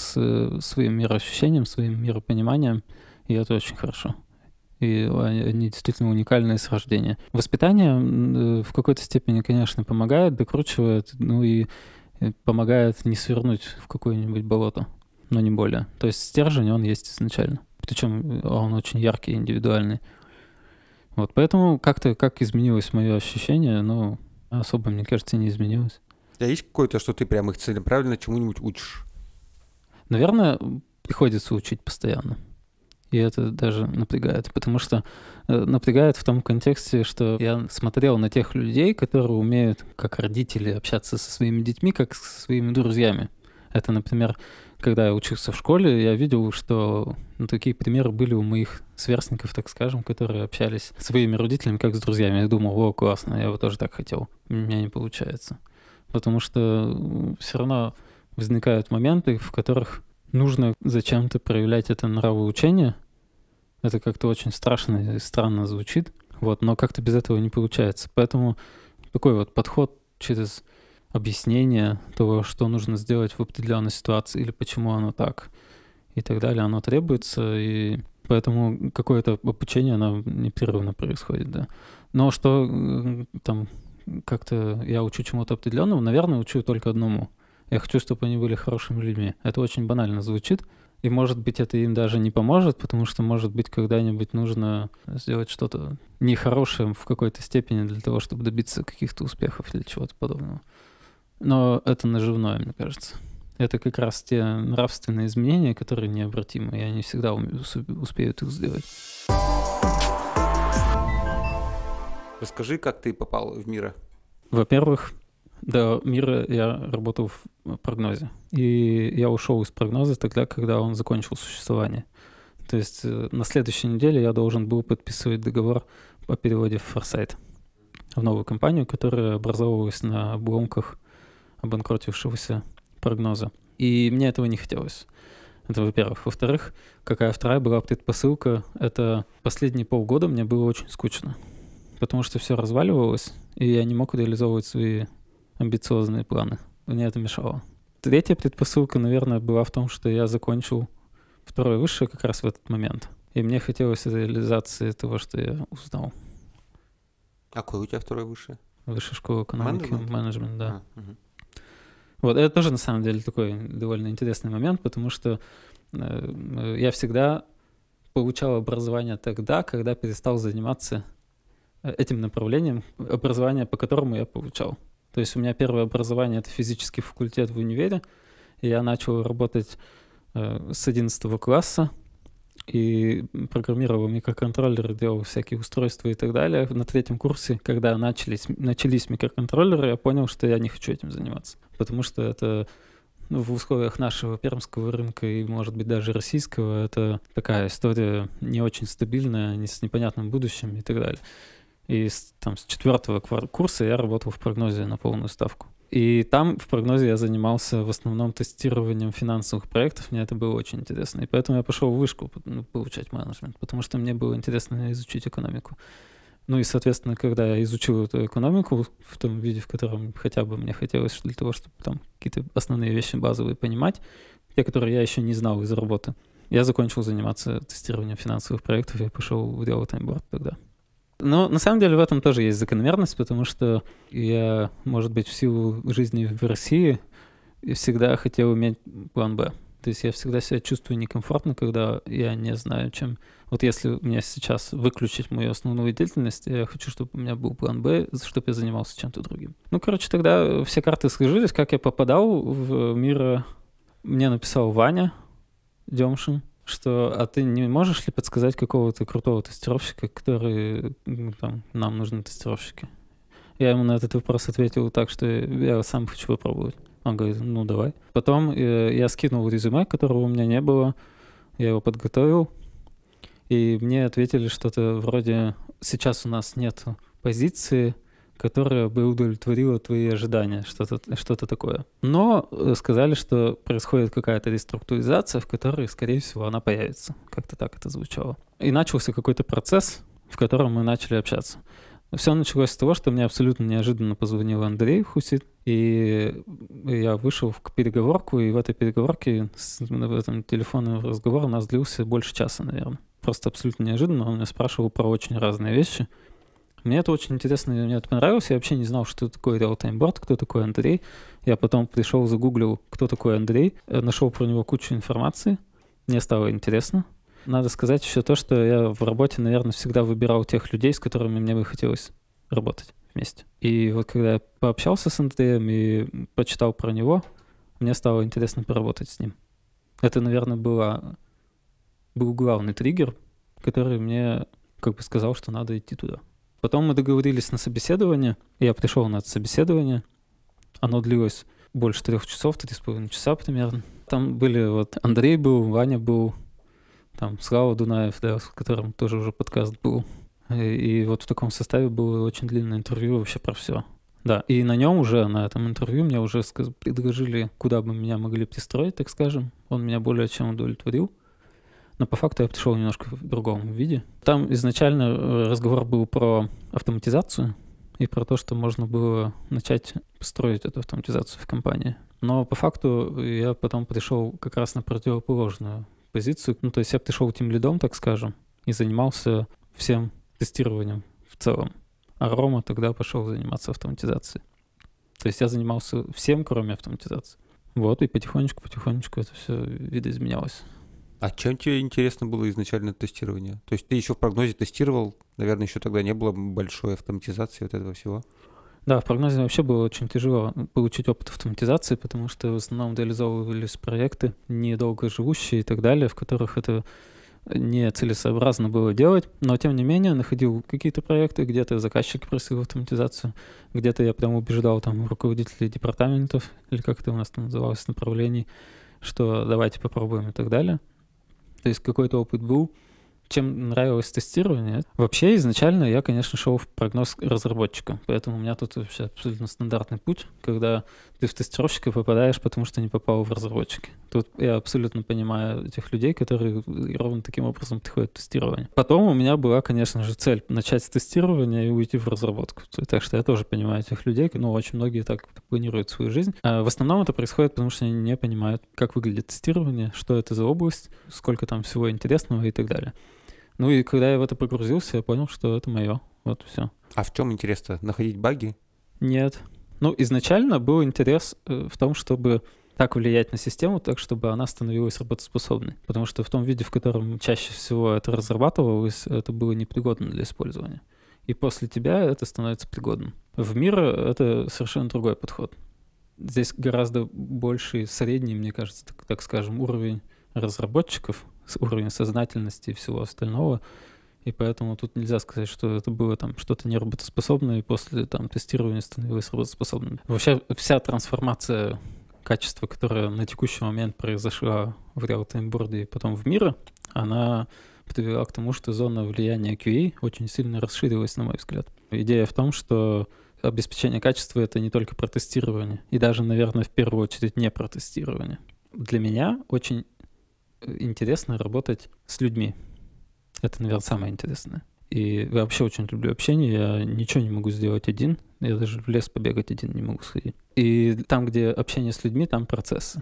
Speaker 2: с своим мироощущением, своим миропониманием, и это очень хорошо. И они действительно уникальные с рождения. Воспитание в какой-то степени, конечно, помогает, докручивает, ну и помогает не свернуть в какое-нибудь болото, но не более. То есть стержень, он есть изначально. Причем он очень яркий, индивидуальный. Вот, поэтому как-то, как изменилось мое ощущение, ну, особо, мне кажется, не изменилось.
Speaker 1: А есть какое-то, что ты прям их целенаправленно чему-нибудь учишь?
Speaker 2: Наверное, приходится учить постоянно. И это даже напрягает, потому что э, напрягает в том контексте, что я смотрел на тех людей, которые умеют, как родители, общаться со своими детьми, как со своими друзьями. Это, например, когда я учился в школе, я видел, что ну, такие примеры были у моих сверстников, так скажем, которые общались со своими родителями как с друзьями. Я думал, о, классно, я бы тоже так хотел. У меня не получается. Потому что все равно возникают моменты, в которых нужно зачем-то проявлять это нравоучение. Это как-то очень страшно и странно звучит, вот, но как-то без этого не получается. Поэтому такой вот подход через объяснение того, что нужно сделать в определенной ситуации или почему оно так и так далее, оно требуется, и поэтому какое-то обучение, оно непрерывно происходит, да. Но что там как-то я учу чему-то определенному, наверное, учу только одному. Я хочу, чтобы они были хорошими людьми. Это очень банально звучит, и, может быть, это им даже не поможет, потому что, может быть, когда-нибудь нужно сделать что-то нехорошее в какой-то степени для того, чтобы добиться каких-то успехов или чего-то подобного. Но это наживное, мне кажется. Это как раз те нравственные изменения, которые необратимы, и они всегда успеют их сделать.
Speaker 1: Расскажи, как ты попал в Мира.
Speaker 2: Во-первых, до Мира я работал в прогнозе. И я ушел из прогноза тогда, когда он закончил существование. То есть на следующей неделе я должен был подписывать договор о переводе в Foresight, в новую компанию, которая образовывалась на обломках обанкротившегося прогноза. И мне этого не хотелось. Это во-первых. Во-вторых, какая вторая была предпосылка, это последние полгода мне было очень скучно, потому что все разваливалось, и я не мог реализовывать свои амбициозные планы. Мне это мешало. Третья предпосылка, наверное, была в том, что я закончил второе высшее как раз в этот момент. И мне хотелось реализации того, что я узнал.
Speaker 1: А какое у тебя второе высшее?
Speaker 2: Высшая школа экономики,
Speaker 1: менеджмент,
Speaker 2: менеджмент, да.
Speaker 1: А, угу.
Speaker 2: Вот, это тоже, на самом деле, такой довольно интересный момент, потому что э, я всегда получал образование тогда, когда перестал заниматься этим направлением, образование, по которому я получал. То есть у меня первое образование — это физический факультет в универе, и я начал работать э, с одиннадцатого класса, и программировал микроконтроллеры, делал всякие устройства и так далее. На третьем курсе, когда начались, начались микроконтроллеры, я понял, что я не хочу этим заниматься, потому что это ну, в условиях нашего пермского рынка и, может быть, даже российского, это такая история не очень стабильная, не с непонятным будущим и так далее. И с, там, с четвертого курса я работал в прогнозе на полную ставку. И там в прогнозе я занимался в основном тестированием финансовых проектов. Мне это было очень интересно. И поэтому я пошел в вышку ну, получать менеджмент, потому что мне было интересно изучить экономику. Ну и, соответственно, когда я изучил эту экономику в том виде, в котором хотя бы мне хотелось для того, чтобы там какие-то основные вещи базовые понимать, те, которые я еще не знал из работы, я закончил заниматься тестированием финансовых проектов и пошел в Real Time Board тогда. Но на самом деле в этом тоже есть закономерность, потому что я, может быть, в силу жизни в России всегда хотел иметь план Б. То есть я всегда себя чувствую некомфортно, когда я не знаю, чем... Вот если у меня сейчас выключить мою основную деятельность, я хочу, чтобы у меня был план Б, чтобы я занимался чем-то другим. Ну, короче, тогда все карты сложились. Как я попадал в мир, мне написал Ваня Демшин, что «а ты не можешь ли подсказать какого-то крутого тестировщика, который там, нам нужны тестировщики?» Я ему на этот вопрос ответил так, что я сам хочу попробовать. Он говорит, ну давай. Потом э, я скинул резюме, которого у меня не было, я его подготовил, и мне ответили что-то вроде «сейчас у нас нет позиции, которая бы удовлетворила твои ожидания», что-то, что-то такое. Но сказали, что происходит какая-то реструктуризация, в которой, скорее всего, она появится. Как-то так это звучало. И начался какой-то процесс, в котором мы начали общаться. Все началось с того, что мне абсолютно неожиданно позвонил Андрей Хусит, и я вышел в переговорку, и в этой переговорке, в этом телефонном разговоре у нас длился больше часа, наверное. Просто абсолютно неожиданно. Он меня спрашивал про очень разные вещи. Мне это очень интересно, мне это понравилось. Я вообще не знал, что такое Real Time Board, кто такой Андрей. Я потом пришел, загуглил, кто такой Андрей, нашел про него кучу информации. Мне стало интересно. Надо сказать еще то, что я в работе, наверное, всегда выбирал тех людей, с которыми мне бы хотелось работать вместе. И вот когда я пообщался с Андреем и почитал про него, мне стало интересно поработать с ним. Это, наверное, была был главный триггер, который мне как бы сказал, что надо идти туда. Потом мы договорились на собеседование, я пришел на это собеседование. Оно длилось больше трех часов, три с половиной часа примерно. Там были вот Андрей был, Ваня был, там Слава Дунаев, да, с которым тоже уже подкаст был. И, и вот в таком составе было очень длинное интервью вообще про все. Да, и на нем уже, на этом интервью, мне уже сказ- предложили, куда бы меня могли пристроить, так скажем. Он меня более чем удовлетворил. Но по факту я пришел немножко в другом виде. Там изначально разговор был про автоматизацию и про то, что можно было начать строить эту автоматизацию в компании. Но по факту я потом пришел как раз на противоположную позицию. Ну, то есть я пришел тимлидом, так скажем, и занимался всем тестированием в целом. А Рома тогда пошел заниматься автоматизацией. То есть я занимался всем, кроме автоматизации. Вот, и потихонечку-потихонечку это все видоизменялось.
Speaker 1: А чем тебе интересно было изначально тестирование? То есть ты еще в прогнозе тестировал, наверное, еще тогда не было большой автоматизации вот этого всего?
Speaker 2: Да, в прогнозе вообще было очень тяжело получить опыт автоматизации, потому что в основном реализовывались проекты недолго живущие и так далее, в которых это не целесообразно было делать, но тем не менее находил какие-то проекты, где-то заказчик просил автоматизацию, где-то я прям убеждал там руководителей департаментов, или как это у нас там называлось, направлений, что давайте попробуем и так далее. То есть какой-то опыт был. Чем нравилось тестирование? Вообще изначально я, конечно, шел в прогноз разработчика, поэтому у меня тут вообще абсолютно стандартный путь, когда ты в тестировщика попадаешь, потому что не попал в разработчики. Тут я абсолютно понимаю этих людей, которые ровно таким образом приходят в тестирование. Потом у меня была, конечно же, цель начать с тестирования и уйти в разработку. Так что я тоже понимаю этих людей, но очень многие так планируют свою жизнь. А в основном это происходит, потому что они не понимают, как выглядит тестирование, что это за область, сколько там всего интересного и так далее. Ну и когда я в это погрузился, я понял, что это мое. Вот все.
Speaker 1: А в чем интерес-то? Находить баги?
Speaker 2: Нет. Ну, изначально был интерес в том, чтобы так влиять на систему, так, чтобы она становилась работоспособной. Потому что в том виде, в котором чаще всего это разрабатывалось, это было непригодно для использования. И после тебя это становится пригодным. В мире это совершенно другой подход. Здесь гораздо больший средний, мне кажется, так, так скажем, уровень разработчиков, уровень сознательности и всего остального, и поэтому тут нельзя сказать, что это было там что-то неработоспособное, и после там тестирования становилось работоспособным. Вообще вся трансформация качества, которая на текущий момент произошла в реал-таймборде и потом в мире, она привела к тому, что зона влияния кью эй очень сильно расширилась, на мой взгляд. Идея в том, что обеспечение качества — это не только про тестирование, и даже, наверное, в первую очередь не про тестирование. Для меня очень интересно работать с людьми. Это, наверное, самое интересное. И я вообще очень люблю общение. Я ничего не могу сделать один. Я даже в лес побегать один не могу сходить. И там, где общение с людьми, там процессы.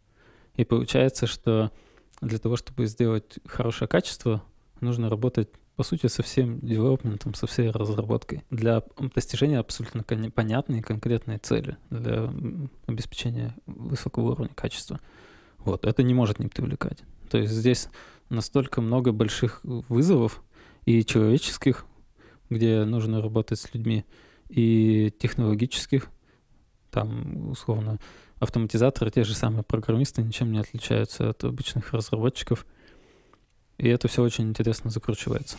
Speaker 2: И получается, что для того, чтобы сделать хорошее качество, нужно работать, по сути, со всем девелопментом, со всей разработкой для достижения абсолютно понятной и конкретной цели, для обеспечения высокого уровня качества. Вот, это не может не привлекать. То есть здесь настолько много больших вызовов и человеческих, где нужно работать с людьми, и технологических, там, условно, автоматизаторы, те же самые программисты ничем не отличаются от обычных разработчиков. И это все очень интересно закручивается.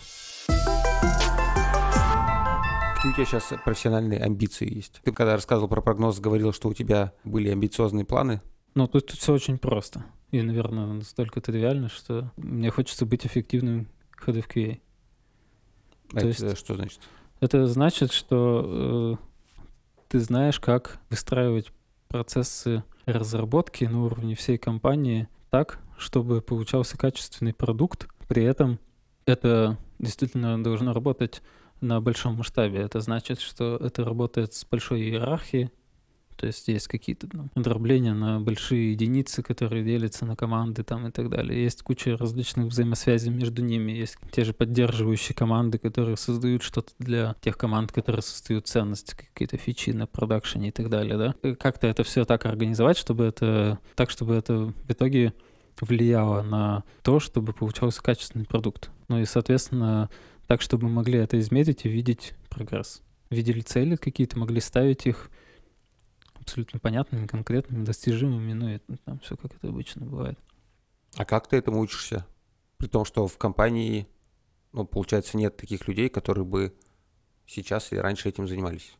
Speaker 1: Какие у тебя сейчас профессиональные амбиции есть? Ты когда рассказывал про прогноз, говорил, что у тебя были амбициозные планы.
Speaker 2: Ну, тут, тут все очень просто. И, наверное, настолько тривиально, что мне хочется быть эффективным Head of кью эй.
Speaker 1: А это есть, что значит?
Speaker 2: Это значит, что э, ты знаешь, как выстраивать процессы разработки на уровне всей компании так, чтобы получался качественный продукт. При этом это действительно должно работать на большом масштабе. Это значит, что это работает с большой иерархией. То есть есть какие-то там дробления на большие единицы, которые делятся на команды там, и так далее. Есть куча различных взаимосвязей между ними. Есть те же поддерживающие команды, которые создают что-то для тех команд, которые создают ценности, какие-то фичи на продакшене и так далее. Да? Как-то это все так организовать, чтобы это так, чтобы это в итоге влияло на то, чтобы получался качественный продукт. Ну и, соответственно, так, чтобы мы могли это измерить и видеть прогресс. Видели цели какие-то, могли ставить их абсолютно понятными, конкретными, достижимыми, ну и там все как это обычно бывает.
Speaker 1: А как ты этому учишься? При том, что в компании, ну, получается, нет таких людей, которые бы сейчас или раньше этим занимались.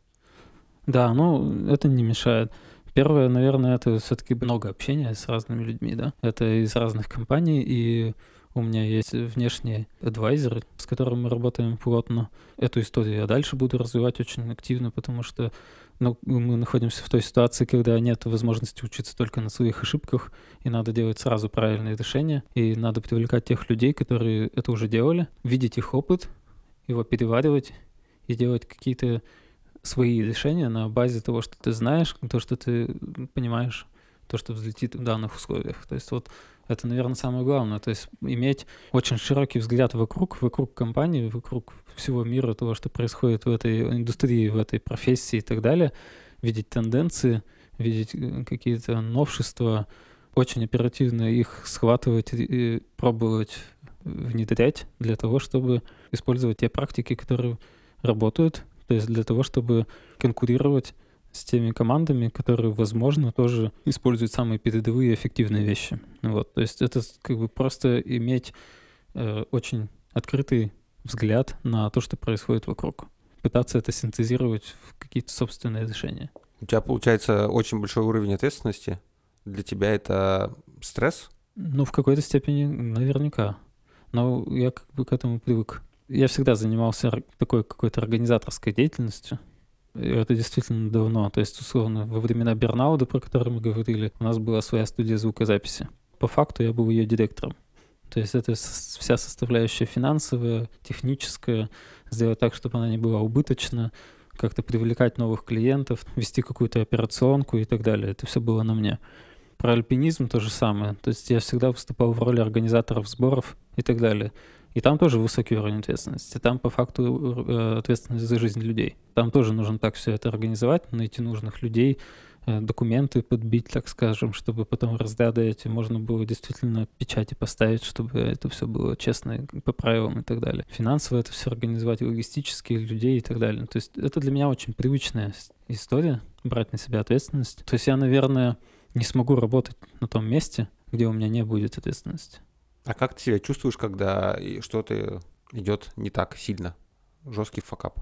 Speaker 2: Да, ну, это не мешает. Первое, наверное, это все-таки много общения с разными людьми, да. Это из разных компаний, и у меня есть внешний адвайзер, с которым мы работаем плотно. Эту историю я дальше буду развивать очень активно, потому что ну, мы находимся в той ситуации, когда нет возможности учиться только на своих ошибках, и надо делать сразу правильные решения, и надо привлекать тех людей, которые это уже делали, видеть их опыт, его переваривать и делать какие-то свои решения на базе того, что ты знаешь, то, что ты понимаешь, то, что взлетит в данных условиях. То есть вот это, наверное, самое главное. То есть иметь очень широкий взгляд вокруг, вокруг компании, вокруг всего мира, того, что происходит в этой индустрии, в этой профессии и так далее, видеть тенденции, видеть какие-то новшества, очень оперативно их схватывать и пробовать внедрять для того, чтобы использовать те практики, которые работают, то есть для того, чтобы конкурировать с теми командами, которые, возможно, тоже используют самые передовые эффективные вещи. Вот, то есть это как бы просто иметь э, очень открытый взгляд на то, что происходит вокруг. Пытаться это синтезировать в какие-то собственные решения.
Speaker 1: У тебя, получается, очень большой уровень ответственности. Для тебя это стресс?
Speaker 2: Ну, в какой-то степени наверняка. Но я как бы к этому привык. Я всегда занимался такой какой-то организаторской деятельностью. И это действительно давно. То есть, условно, во времена Бернауда, про который мы говорили, у нас была своя студия звукозаписи. По факту я был ее директором. То есть это вся составляющая финансовая, техническая, сделать так, чтобы она не была убыточна, как-то привлекать новых клиентов, вести какую-то операционку и так далее. Это все было на мне. Про альпинизм то же самое. То есть я всегда выступал в роли организаторов сборов и так далее. И там тоже высокий уровень ответственности. Там по факту ответственность за жизнь людей. Там тоже нужно так все это организовать, найти нужных людей, документы подбить, так скажем, чтобы потом раздать, можно было действительно печати поставить, чтобы это все было честно, по правилам и так далее. Финансово это все организовать, логистически, людей и так далее. То есть это для меня очень привычная история, брать на себя ответственность. То есть я, наверное, не смогу работать на том месте, где у меня не будет ответственности.
Speaker 1: А как ты себя чувствуешь, когда что-то идет не так сильно? Жесткий факап.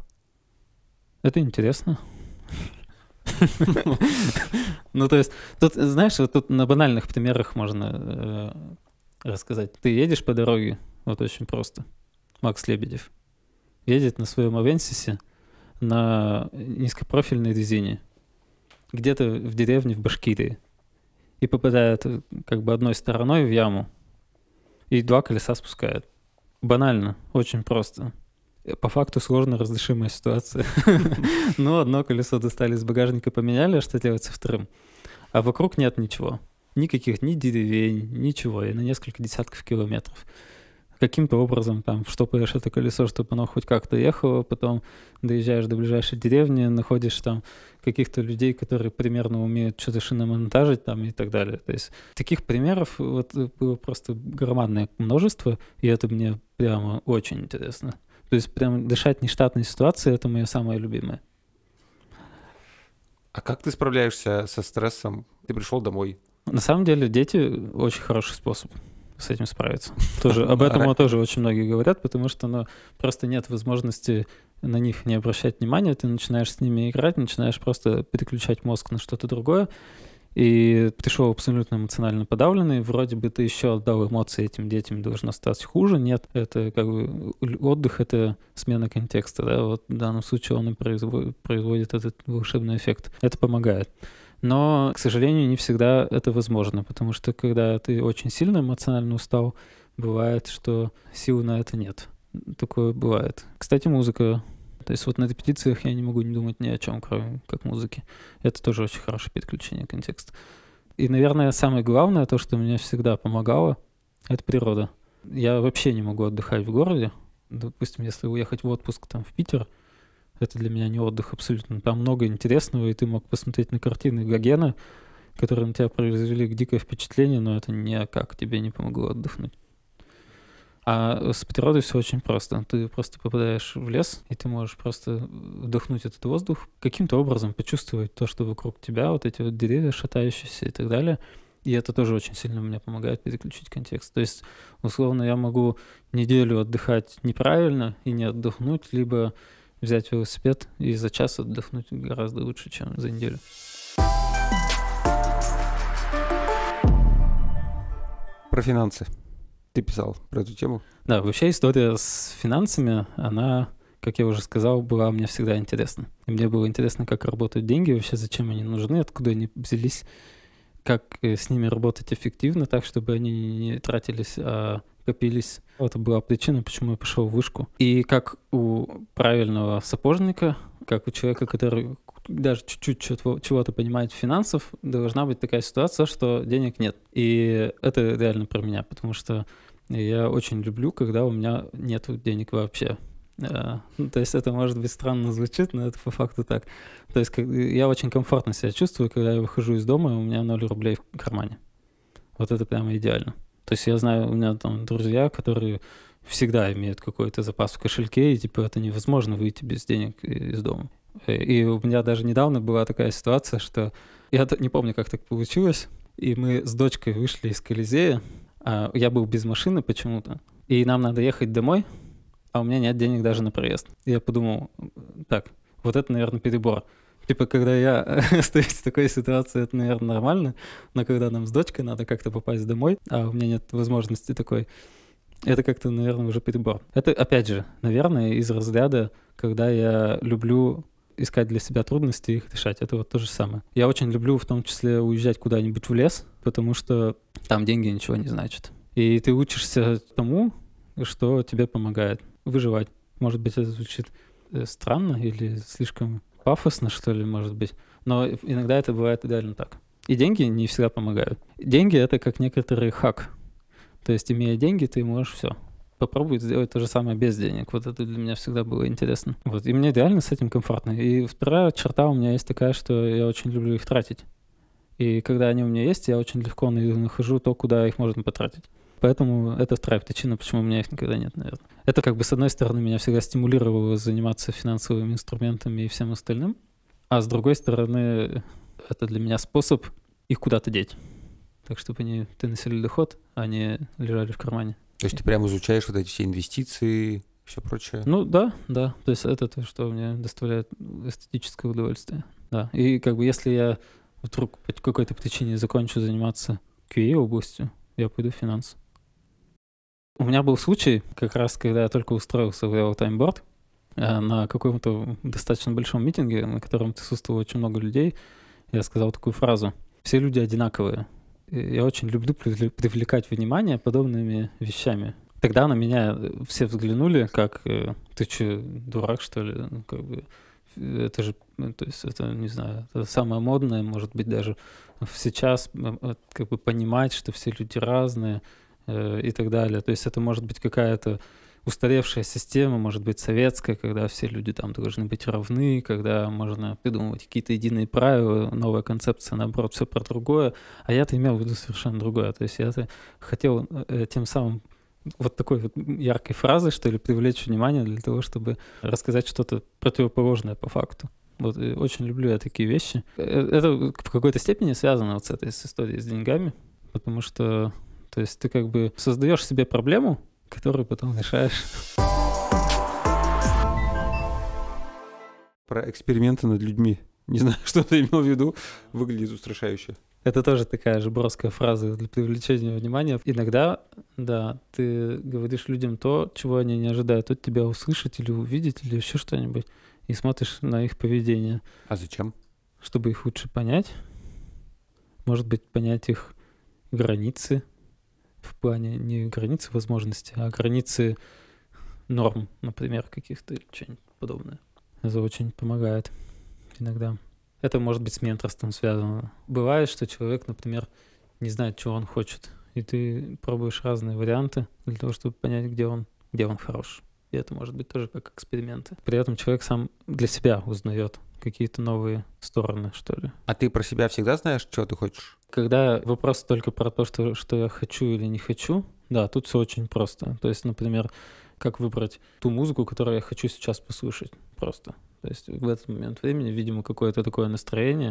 Speaker 2: Это интересно. Ну, то есть, тут, знаешь, вот тут на банальных примерах можно рассказать. Ты едешь по дороге, вот очень просто. Макс Лебедев едет на своем Авенсисе на низкопрофильной резине, где-то в деревне в Башкирии, и попадает как бы одной стороной в яму, и два колеса спускает. Банально, очень просто. По факту сложно разрешимая ситуация. Но одно колесо достали из багажника, поменяли, а что делать со вторым? А вокруг нет ничего. Никаких ни деревень, ничего. И на несколько десятков километров. Каким-то образом там штопаешь это колесо, чтобы оно хоть как-то ехало, потом доезжаешь до ближайшей деревни, находишь там каких-то людей, которые примерно умеют что-то шиномонтажить там и так далее. То есть таких примеров вот было просто громадное множество, и это мне прямо очень интересно. То есть прям дышать нештатной ситуации — это мое самое любимое.
Speaker 1: А как ты справляешься со стрессом? Ты пришел домой.
Speaker 2: На самом деле дети — очень хороший способ с этим справиться. Тоже, об этом тоже очень многие говорят, потому что ну, просто нет возможности на них не обращать внимания. Ты начинаешь с ними играть, начинаешь просто переключать мозг на что-то другое. И пришел абсолютно эмоционально подавленный, вроде бы ты еще отдал эмоции этим детям, должно стать хуже. Нет, это как бы отдых — это смена контекста, да, вот в данном случае он и производит, производит этот волшебный эффект. Это помогает. Но, к сожалению, не всегда это возможно, потому что когда ты очень сильно эмоционально устал, бывает, что сил на это нет. Такое бывает. Кстати, музыка. То есть вот на репетициях я не могу не думать ни о чем, кроме как музыки. Это тоже очень хорошее переключение контекста. И, наверное, самое главное, то, что мне всегда помогало, это природа. Я вообще не могу отдыхать в городе. Допустим, если уехать в отпуск там в Питер, это для меня не отдых абсолютно. Там много интересного, и ты мог посмотреть на картины Гогена, которые на тебя произвели дикое впечатление, но это никак тебе не помогло отдохнуть. А с природой все очень просто. Ты просто попадаешь в лес, и ты можешь просто вдохнуть этот воздух, каким-то образом почувствовать то, что вокруг тебя, вот эти вот деревья шатающиеся и так далее. И это тоже очень сильно мне помогает переключить контекст. То есть, условно, я могу неделю отдыхать неправильно и не отдохнуть, либо взять велосипед и за час отдохнуть гораздо лучше, чем за неделю.
Speaker 1: Про финансы. Ты писал про эту тему?
Speaker 2: Да, вообще история с финансами, она, как я уже сказал, была мне всегда интересна. И мне было интересно, как работают деньги, вообще зачем они нужны, откуда они взялись, как с ними работать эффективно, так, чтобы они не тратились, а копились. Это была причина, почему я пошел в вышку. И как у правильного сапожника, как у человека, который даже чуть-чуть чего-то понимает в финансах, должна быть такая ситуация, что денег нет. И это реально про меня, потому что я очень люблю, когда у меня нет денег вообще. То есть это, может быть, странно звучит, но это по факту так. То есть я очень комфортно себя чувствую, когда я выхожу из дома, и у меня ноль рублей в кармане. Вот это прямо идеально. То есть я знаю, у меня там друзья, которые всегда имеют какой-то запас в кошельке, и типа это невозможно выйти без денег из дома. И у меня даже недавно была такая ситуация, что я не помню, как так получилось, и мы с дочкой вышли из Колизея, а я был без машины почему-то, и нам надо ехать домой, а у меня нет денег даже на проезд. И я подумал, так, вот это, наверное, перебор. Типа, когда я остаюсь в такой ситуации, это, наверное, нормально, но когда нам с дочкой надо как-то попасть домой, а у меня нет возможности такой, это как-то, наверное, уже перебор. Это, опять же, наверное, из разряда, когда я люблю искать для себя трудности и их решать. Это вот то же самое. Я очень люблю в том числе уезжать куда-нибудь в лес, потому что там деньги ничего не значат. И ты учишься тому, что тебе помогает выживать. Может быть, это звучит странно или слишком пафосно, что ли, может быть. Но иногда это бывает идеально так. И деньги не всегда помогают. Деньги — это как некоторый хак. То есть, имея деньги, ты можешь все. Попробуй сделать то же самое без денег. Вот это для меня всегда было интересно. Вот. И мне реально с этим комфортно. И вторая черта у меня есть такая, что я очень люблю их тратить. И когда они у меня есть, я очень легко нахожу то, куда их можно потратить. Поэтому это вторая причина, почему у меня их никогда нет, наверное. Это как бы, с одной стороны, меня всегда стимулировало заниматься финансовыми инструментами и всем остальным, а с другой стороны, это для меня способ их куда-то деть. Так, чтобы они приносили доход, а не лежали в кармане.
Speaker 1: То есть ты прям изучаешь вот эти все инвестиции, все прочее?
Speaker 2: Ну да, да. То есть это то, что мне доставляет эстетическое удовольствие. Да. И как бы если я вдруг по какой-то причине закончу заниматься кью эй областью, я пойду в финансы. У меня был случай, как раз когда я только устроился в Real Time Board, на каком-то достаточно большом митинге, на котором присутствовало очень много людей, я сказал такую фразу: «Все люди одинаковые». Я очень люблю привлекать внимание подобными вещами. Тогда на меня все взглянули, как «ты что, дурак, что ли?» Ну, как бы, это же, то есть это, не знаю, это самое модное, может быть, даже сейчас, как бы понимать, что все люди разные и так далее. То есть это может быть какая-то устаревшая система, может быть, советская, когда все люди там должны быть равны, когда можно придумывать какие-то единые правила, новая концепция, наоборот, все про другое. А я-то имел в виду совершенно другое. То есть я-то хотел э, тем самым вот такой вот яркой фразой, что ли, привлечь внимание для того, чтобы рассказать что-то противоположное по факту. Вот, и очень люблю я такие вещи. Это в какой-то степени связано вот с этой с историей с деньгами, потому что, то есть ты как бы создаешь себе проблему, которую потом решаешь.
Speaker 1: Про эксперименты над людьми. Не знаю, что ты имел в виду. Выглядит устрашающе.
Speaker 2: Это тоже такая же броская фраза для привлечения внимания. Иногда, да, ты говоришь людям то, чего они не ожидают от тебя услышать или увидеть, или еще что-нибудь, и смотришь на их поведение.
Speaker 1: А зачем?
Speaker 2: Чтобы их лучше понять. Может быть, понять их границы. В плане не границы возможностей, а границы норм, например, каких-то или что-нибудь подобное. Это очень помогает иногда. Это может быть с менторством связано. Бывает, что человек, например, не знает, чего он хочет, и ты пробуешь разные варианты для того, чтобы понять, где он, где он хорош. И это может быть тоже как эксперименты. При этом человек сам для себя узнает какие-то новые стороны, что ли.
Speaker 1: А ты про себя всегда знаешь, чего ты хочешь?
Speaker 2: Когда вопрос только про то, что, что я хочу или не хочу, да, тут все очень просто. То есть, например, как выбрать ту музыку, которую я хочу сейчас послушать просто. То есть в этот момент времени, видимо, какое-то такое настроение,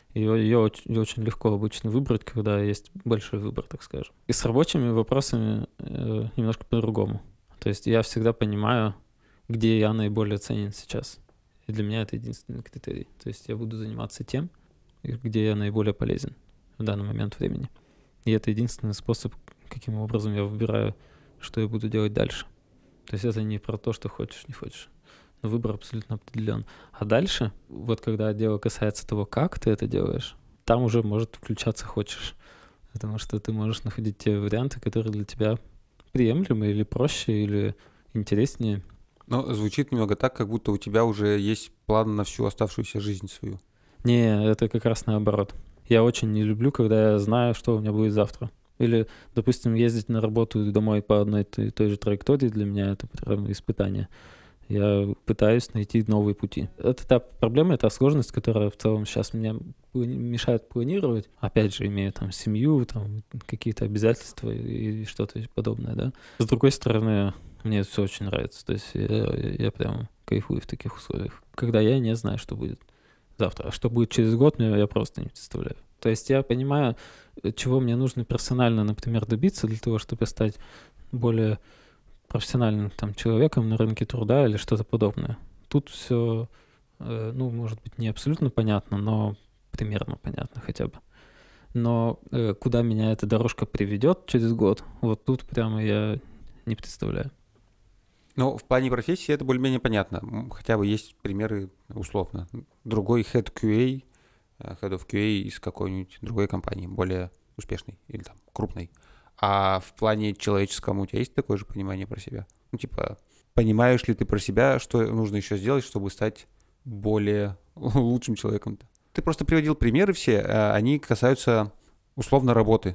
Speaker 2: Ее, ее очень, очень легко обычно выбрать, когда есть большой выбор, так скажем. И с рабочими вопросами э, немножко по-другому. То есть я всегда понимаю, где я наиболее ценен сейчас. И для меня это единственный критерий. То есть я буду заниматься тем, где я наиболее полезен в данный момент времени. И это единственный способ, каким образом я выбираю, что я буду делать дальше. То есть это не про то, что хочешь, не хочешь. Но выбор абсолютно определен. А дальше, вот когда дело касается того, как ты это делаешь, там уже может включаться хочешь. Потому что ты можешь находить те варианты, которые для тебя приемлемы или проще, или интереснее.
Speaker 1: Но звучит немного так, как будто у тебя уже есть план на всю оставшуюся жизнь свою.
Speaker 2: Не, это как раз наоборот. Я очень не люблю, когда я знаю, что у меня будет завтра. Или, допустим, ездить на работу и домой по одной и той же траектории, для меня это прям испытание. Я пытаюсь найти новые пути. Это та проблема, это сложность, которая в целом сейчас мне мешает планировать. Опять же, имею там семью, там какие-то обязательства и что-то подобное, да. С другой стороны, мне это все очень нравится. То есть я, я прям кайфую в таких условиях, когда я не знаю, что будет завтра. А что будет через год, я просто не представляю. То есть я понимаю, чего мне нужно персонально, например, добиться для того, чтобы стать более профессиональным там человеком на рынке труда или что-то подобное. Тут все, э, ну, может быть, не абсолютно понятно, но примерно понятно хотя бы. Но э, куда меня эта дорожка приведет через год, вот тут прямо я не представляю.
Speaker 1: Ну, в плане профессии это более-менее понятно. Хотя бы есть примеры условно. Другой Head кью эй, Head of кью эй из какой-нибудь другой компании, более успешной или там крупной. А в плане человеческом у тебя есть такое же понимание про себя? Ну, типа, понимаешь ли ты про себя, что нужно еще сделать, чтобы стать более лучшим человеком-то? Ты просто приводил примеры все, они касаются условно работы,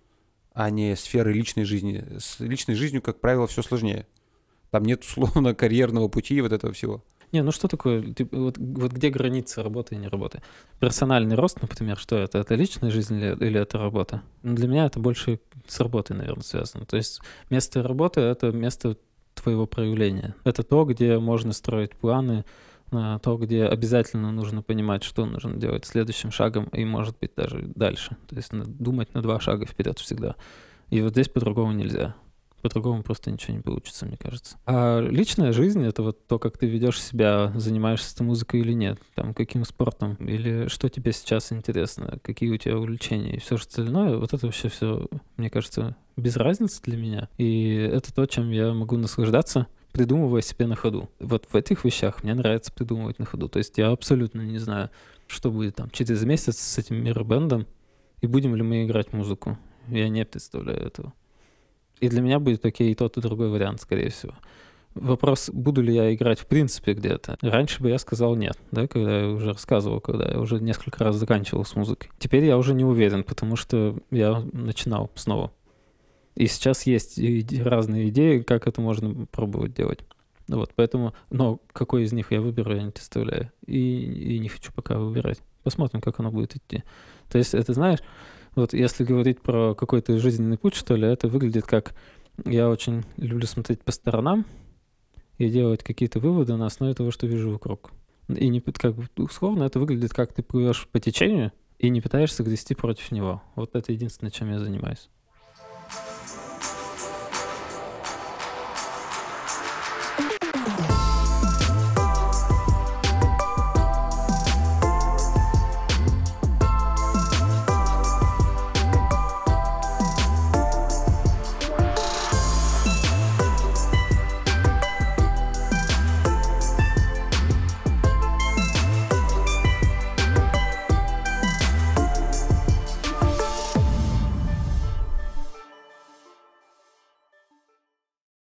Speaker 1: а не сферы личной жизни. С личной жизнью, как правило, все сложнее. Там нет условно карьерного пути и вот этого всего.
Speaker 2: Не, ну что такое, ты, вот, вот где граница работы и не работы? Персональный рост, например, что это? Это личная жизнь или, или это работа? Ну, для меня это больше с работой, наверное, связано. То есть место работы — это место твоего проявления. Это то, где можно строить планы, то, где обязательно нужно понимать, что нужно делать следующим шагом и, может быть, даже дальше. То есть думать на два шага вперед всегда. И вот здесь по-другому нельзя. По-другому просто ничего не получится, мне кажется. А личная жизнь — это вот то, как ты ведешь себя, занимаешься ты музыкой или нет, там, каким спортом, или что тебе сейчас интересно, какие у тебя увлечения, и все остальное, вот это вообще все, мне кажется, без разницы для меня. И это то, чем я могу наслаждаться, придумывая себе на ходу. Вот в этих вещах мне нравится придумывать на ходу. То есть я абсолютно не знаю, что будет там через месяц с этим миробэндом, и будем ли мы играть музыку. Я не представляю этого. И для меня будет окей и тот, и другой вариант, скорее всего. Вопрос, буду ли я играть в принципе где-то. Раньше бы я сказал нет, да, когда я уже рассказывал, когда я уже несколько раз заканчивал с музыкой. Теперь я уже не уверен, потому что я начинал снова. И сейчас есть разные идеи, как это можно пробовать делать. Вот, поэтому, но какой из них я выберу, я не представляю. И, и не хочу пока выбирать. Посмотрим, как оно будет идти. То есть, это, знаешь, вот если говорить про какой-то жизненный путь, что ли, это выглядит как... Я очень люблю смотреть по сторонам и делать какие-то выводы на основе того, что вижу вокруг. И не как бы условно это выглядит как ты плывешь по течению и не пытаешься грести против него. Вот это единственное, чем я занимаюсь.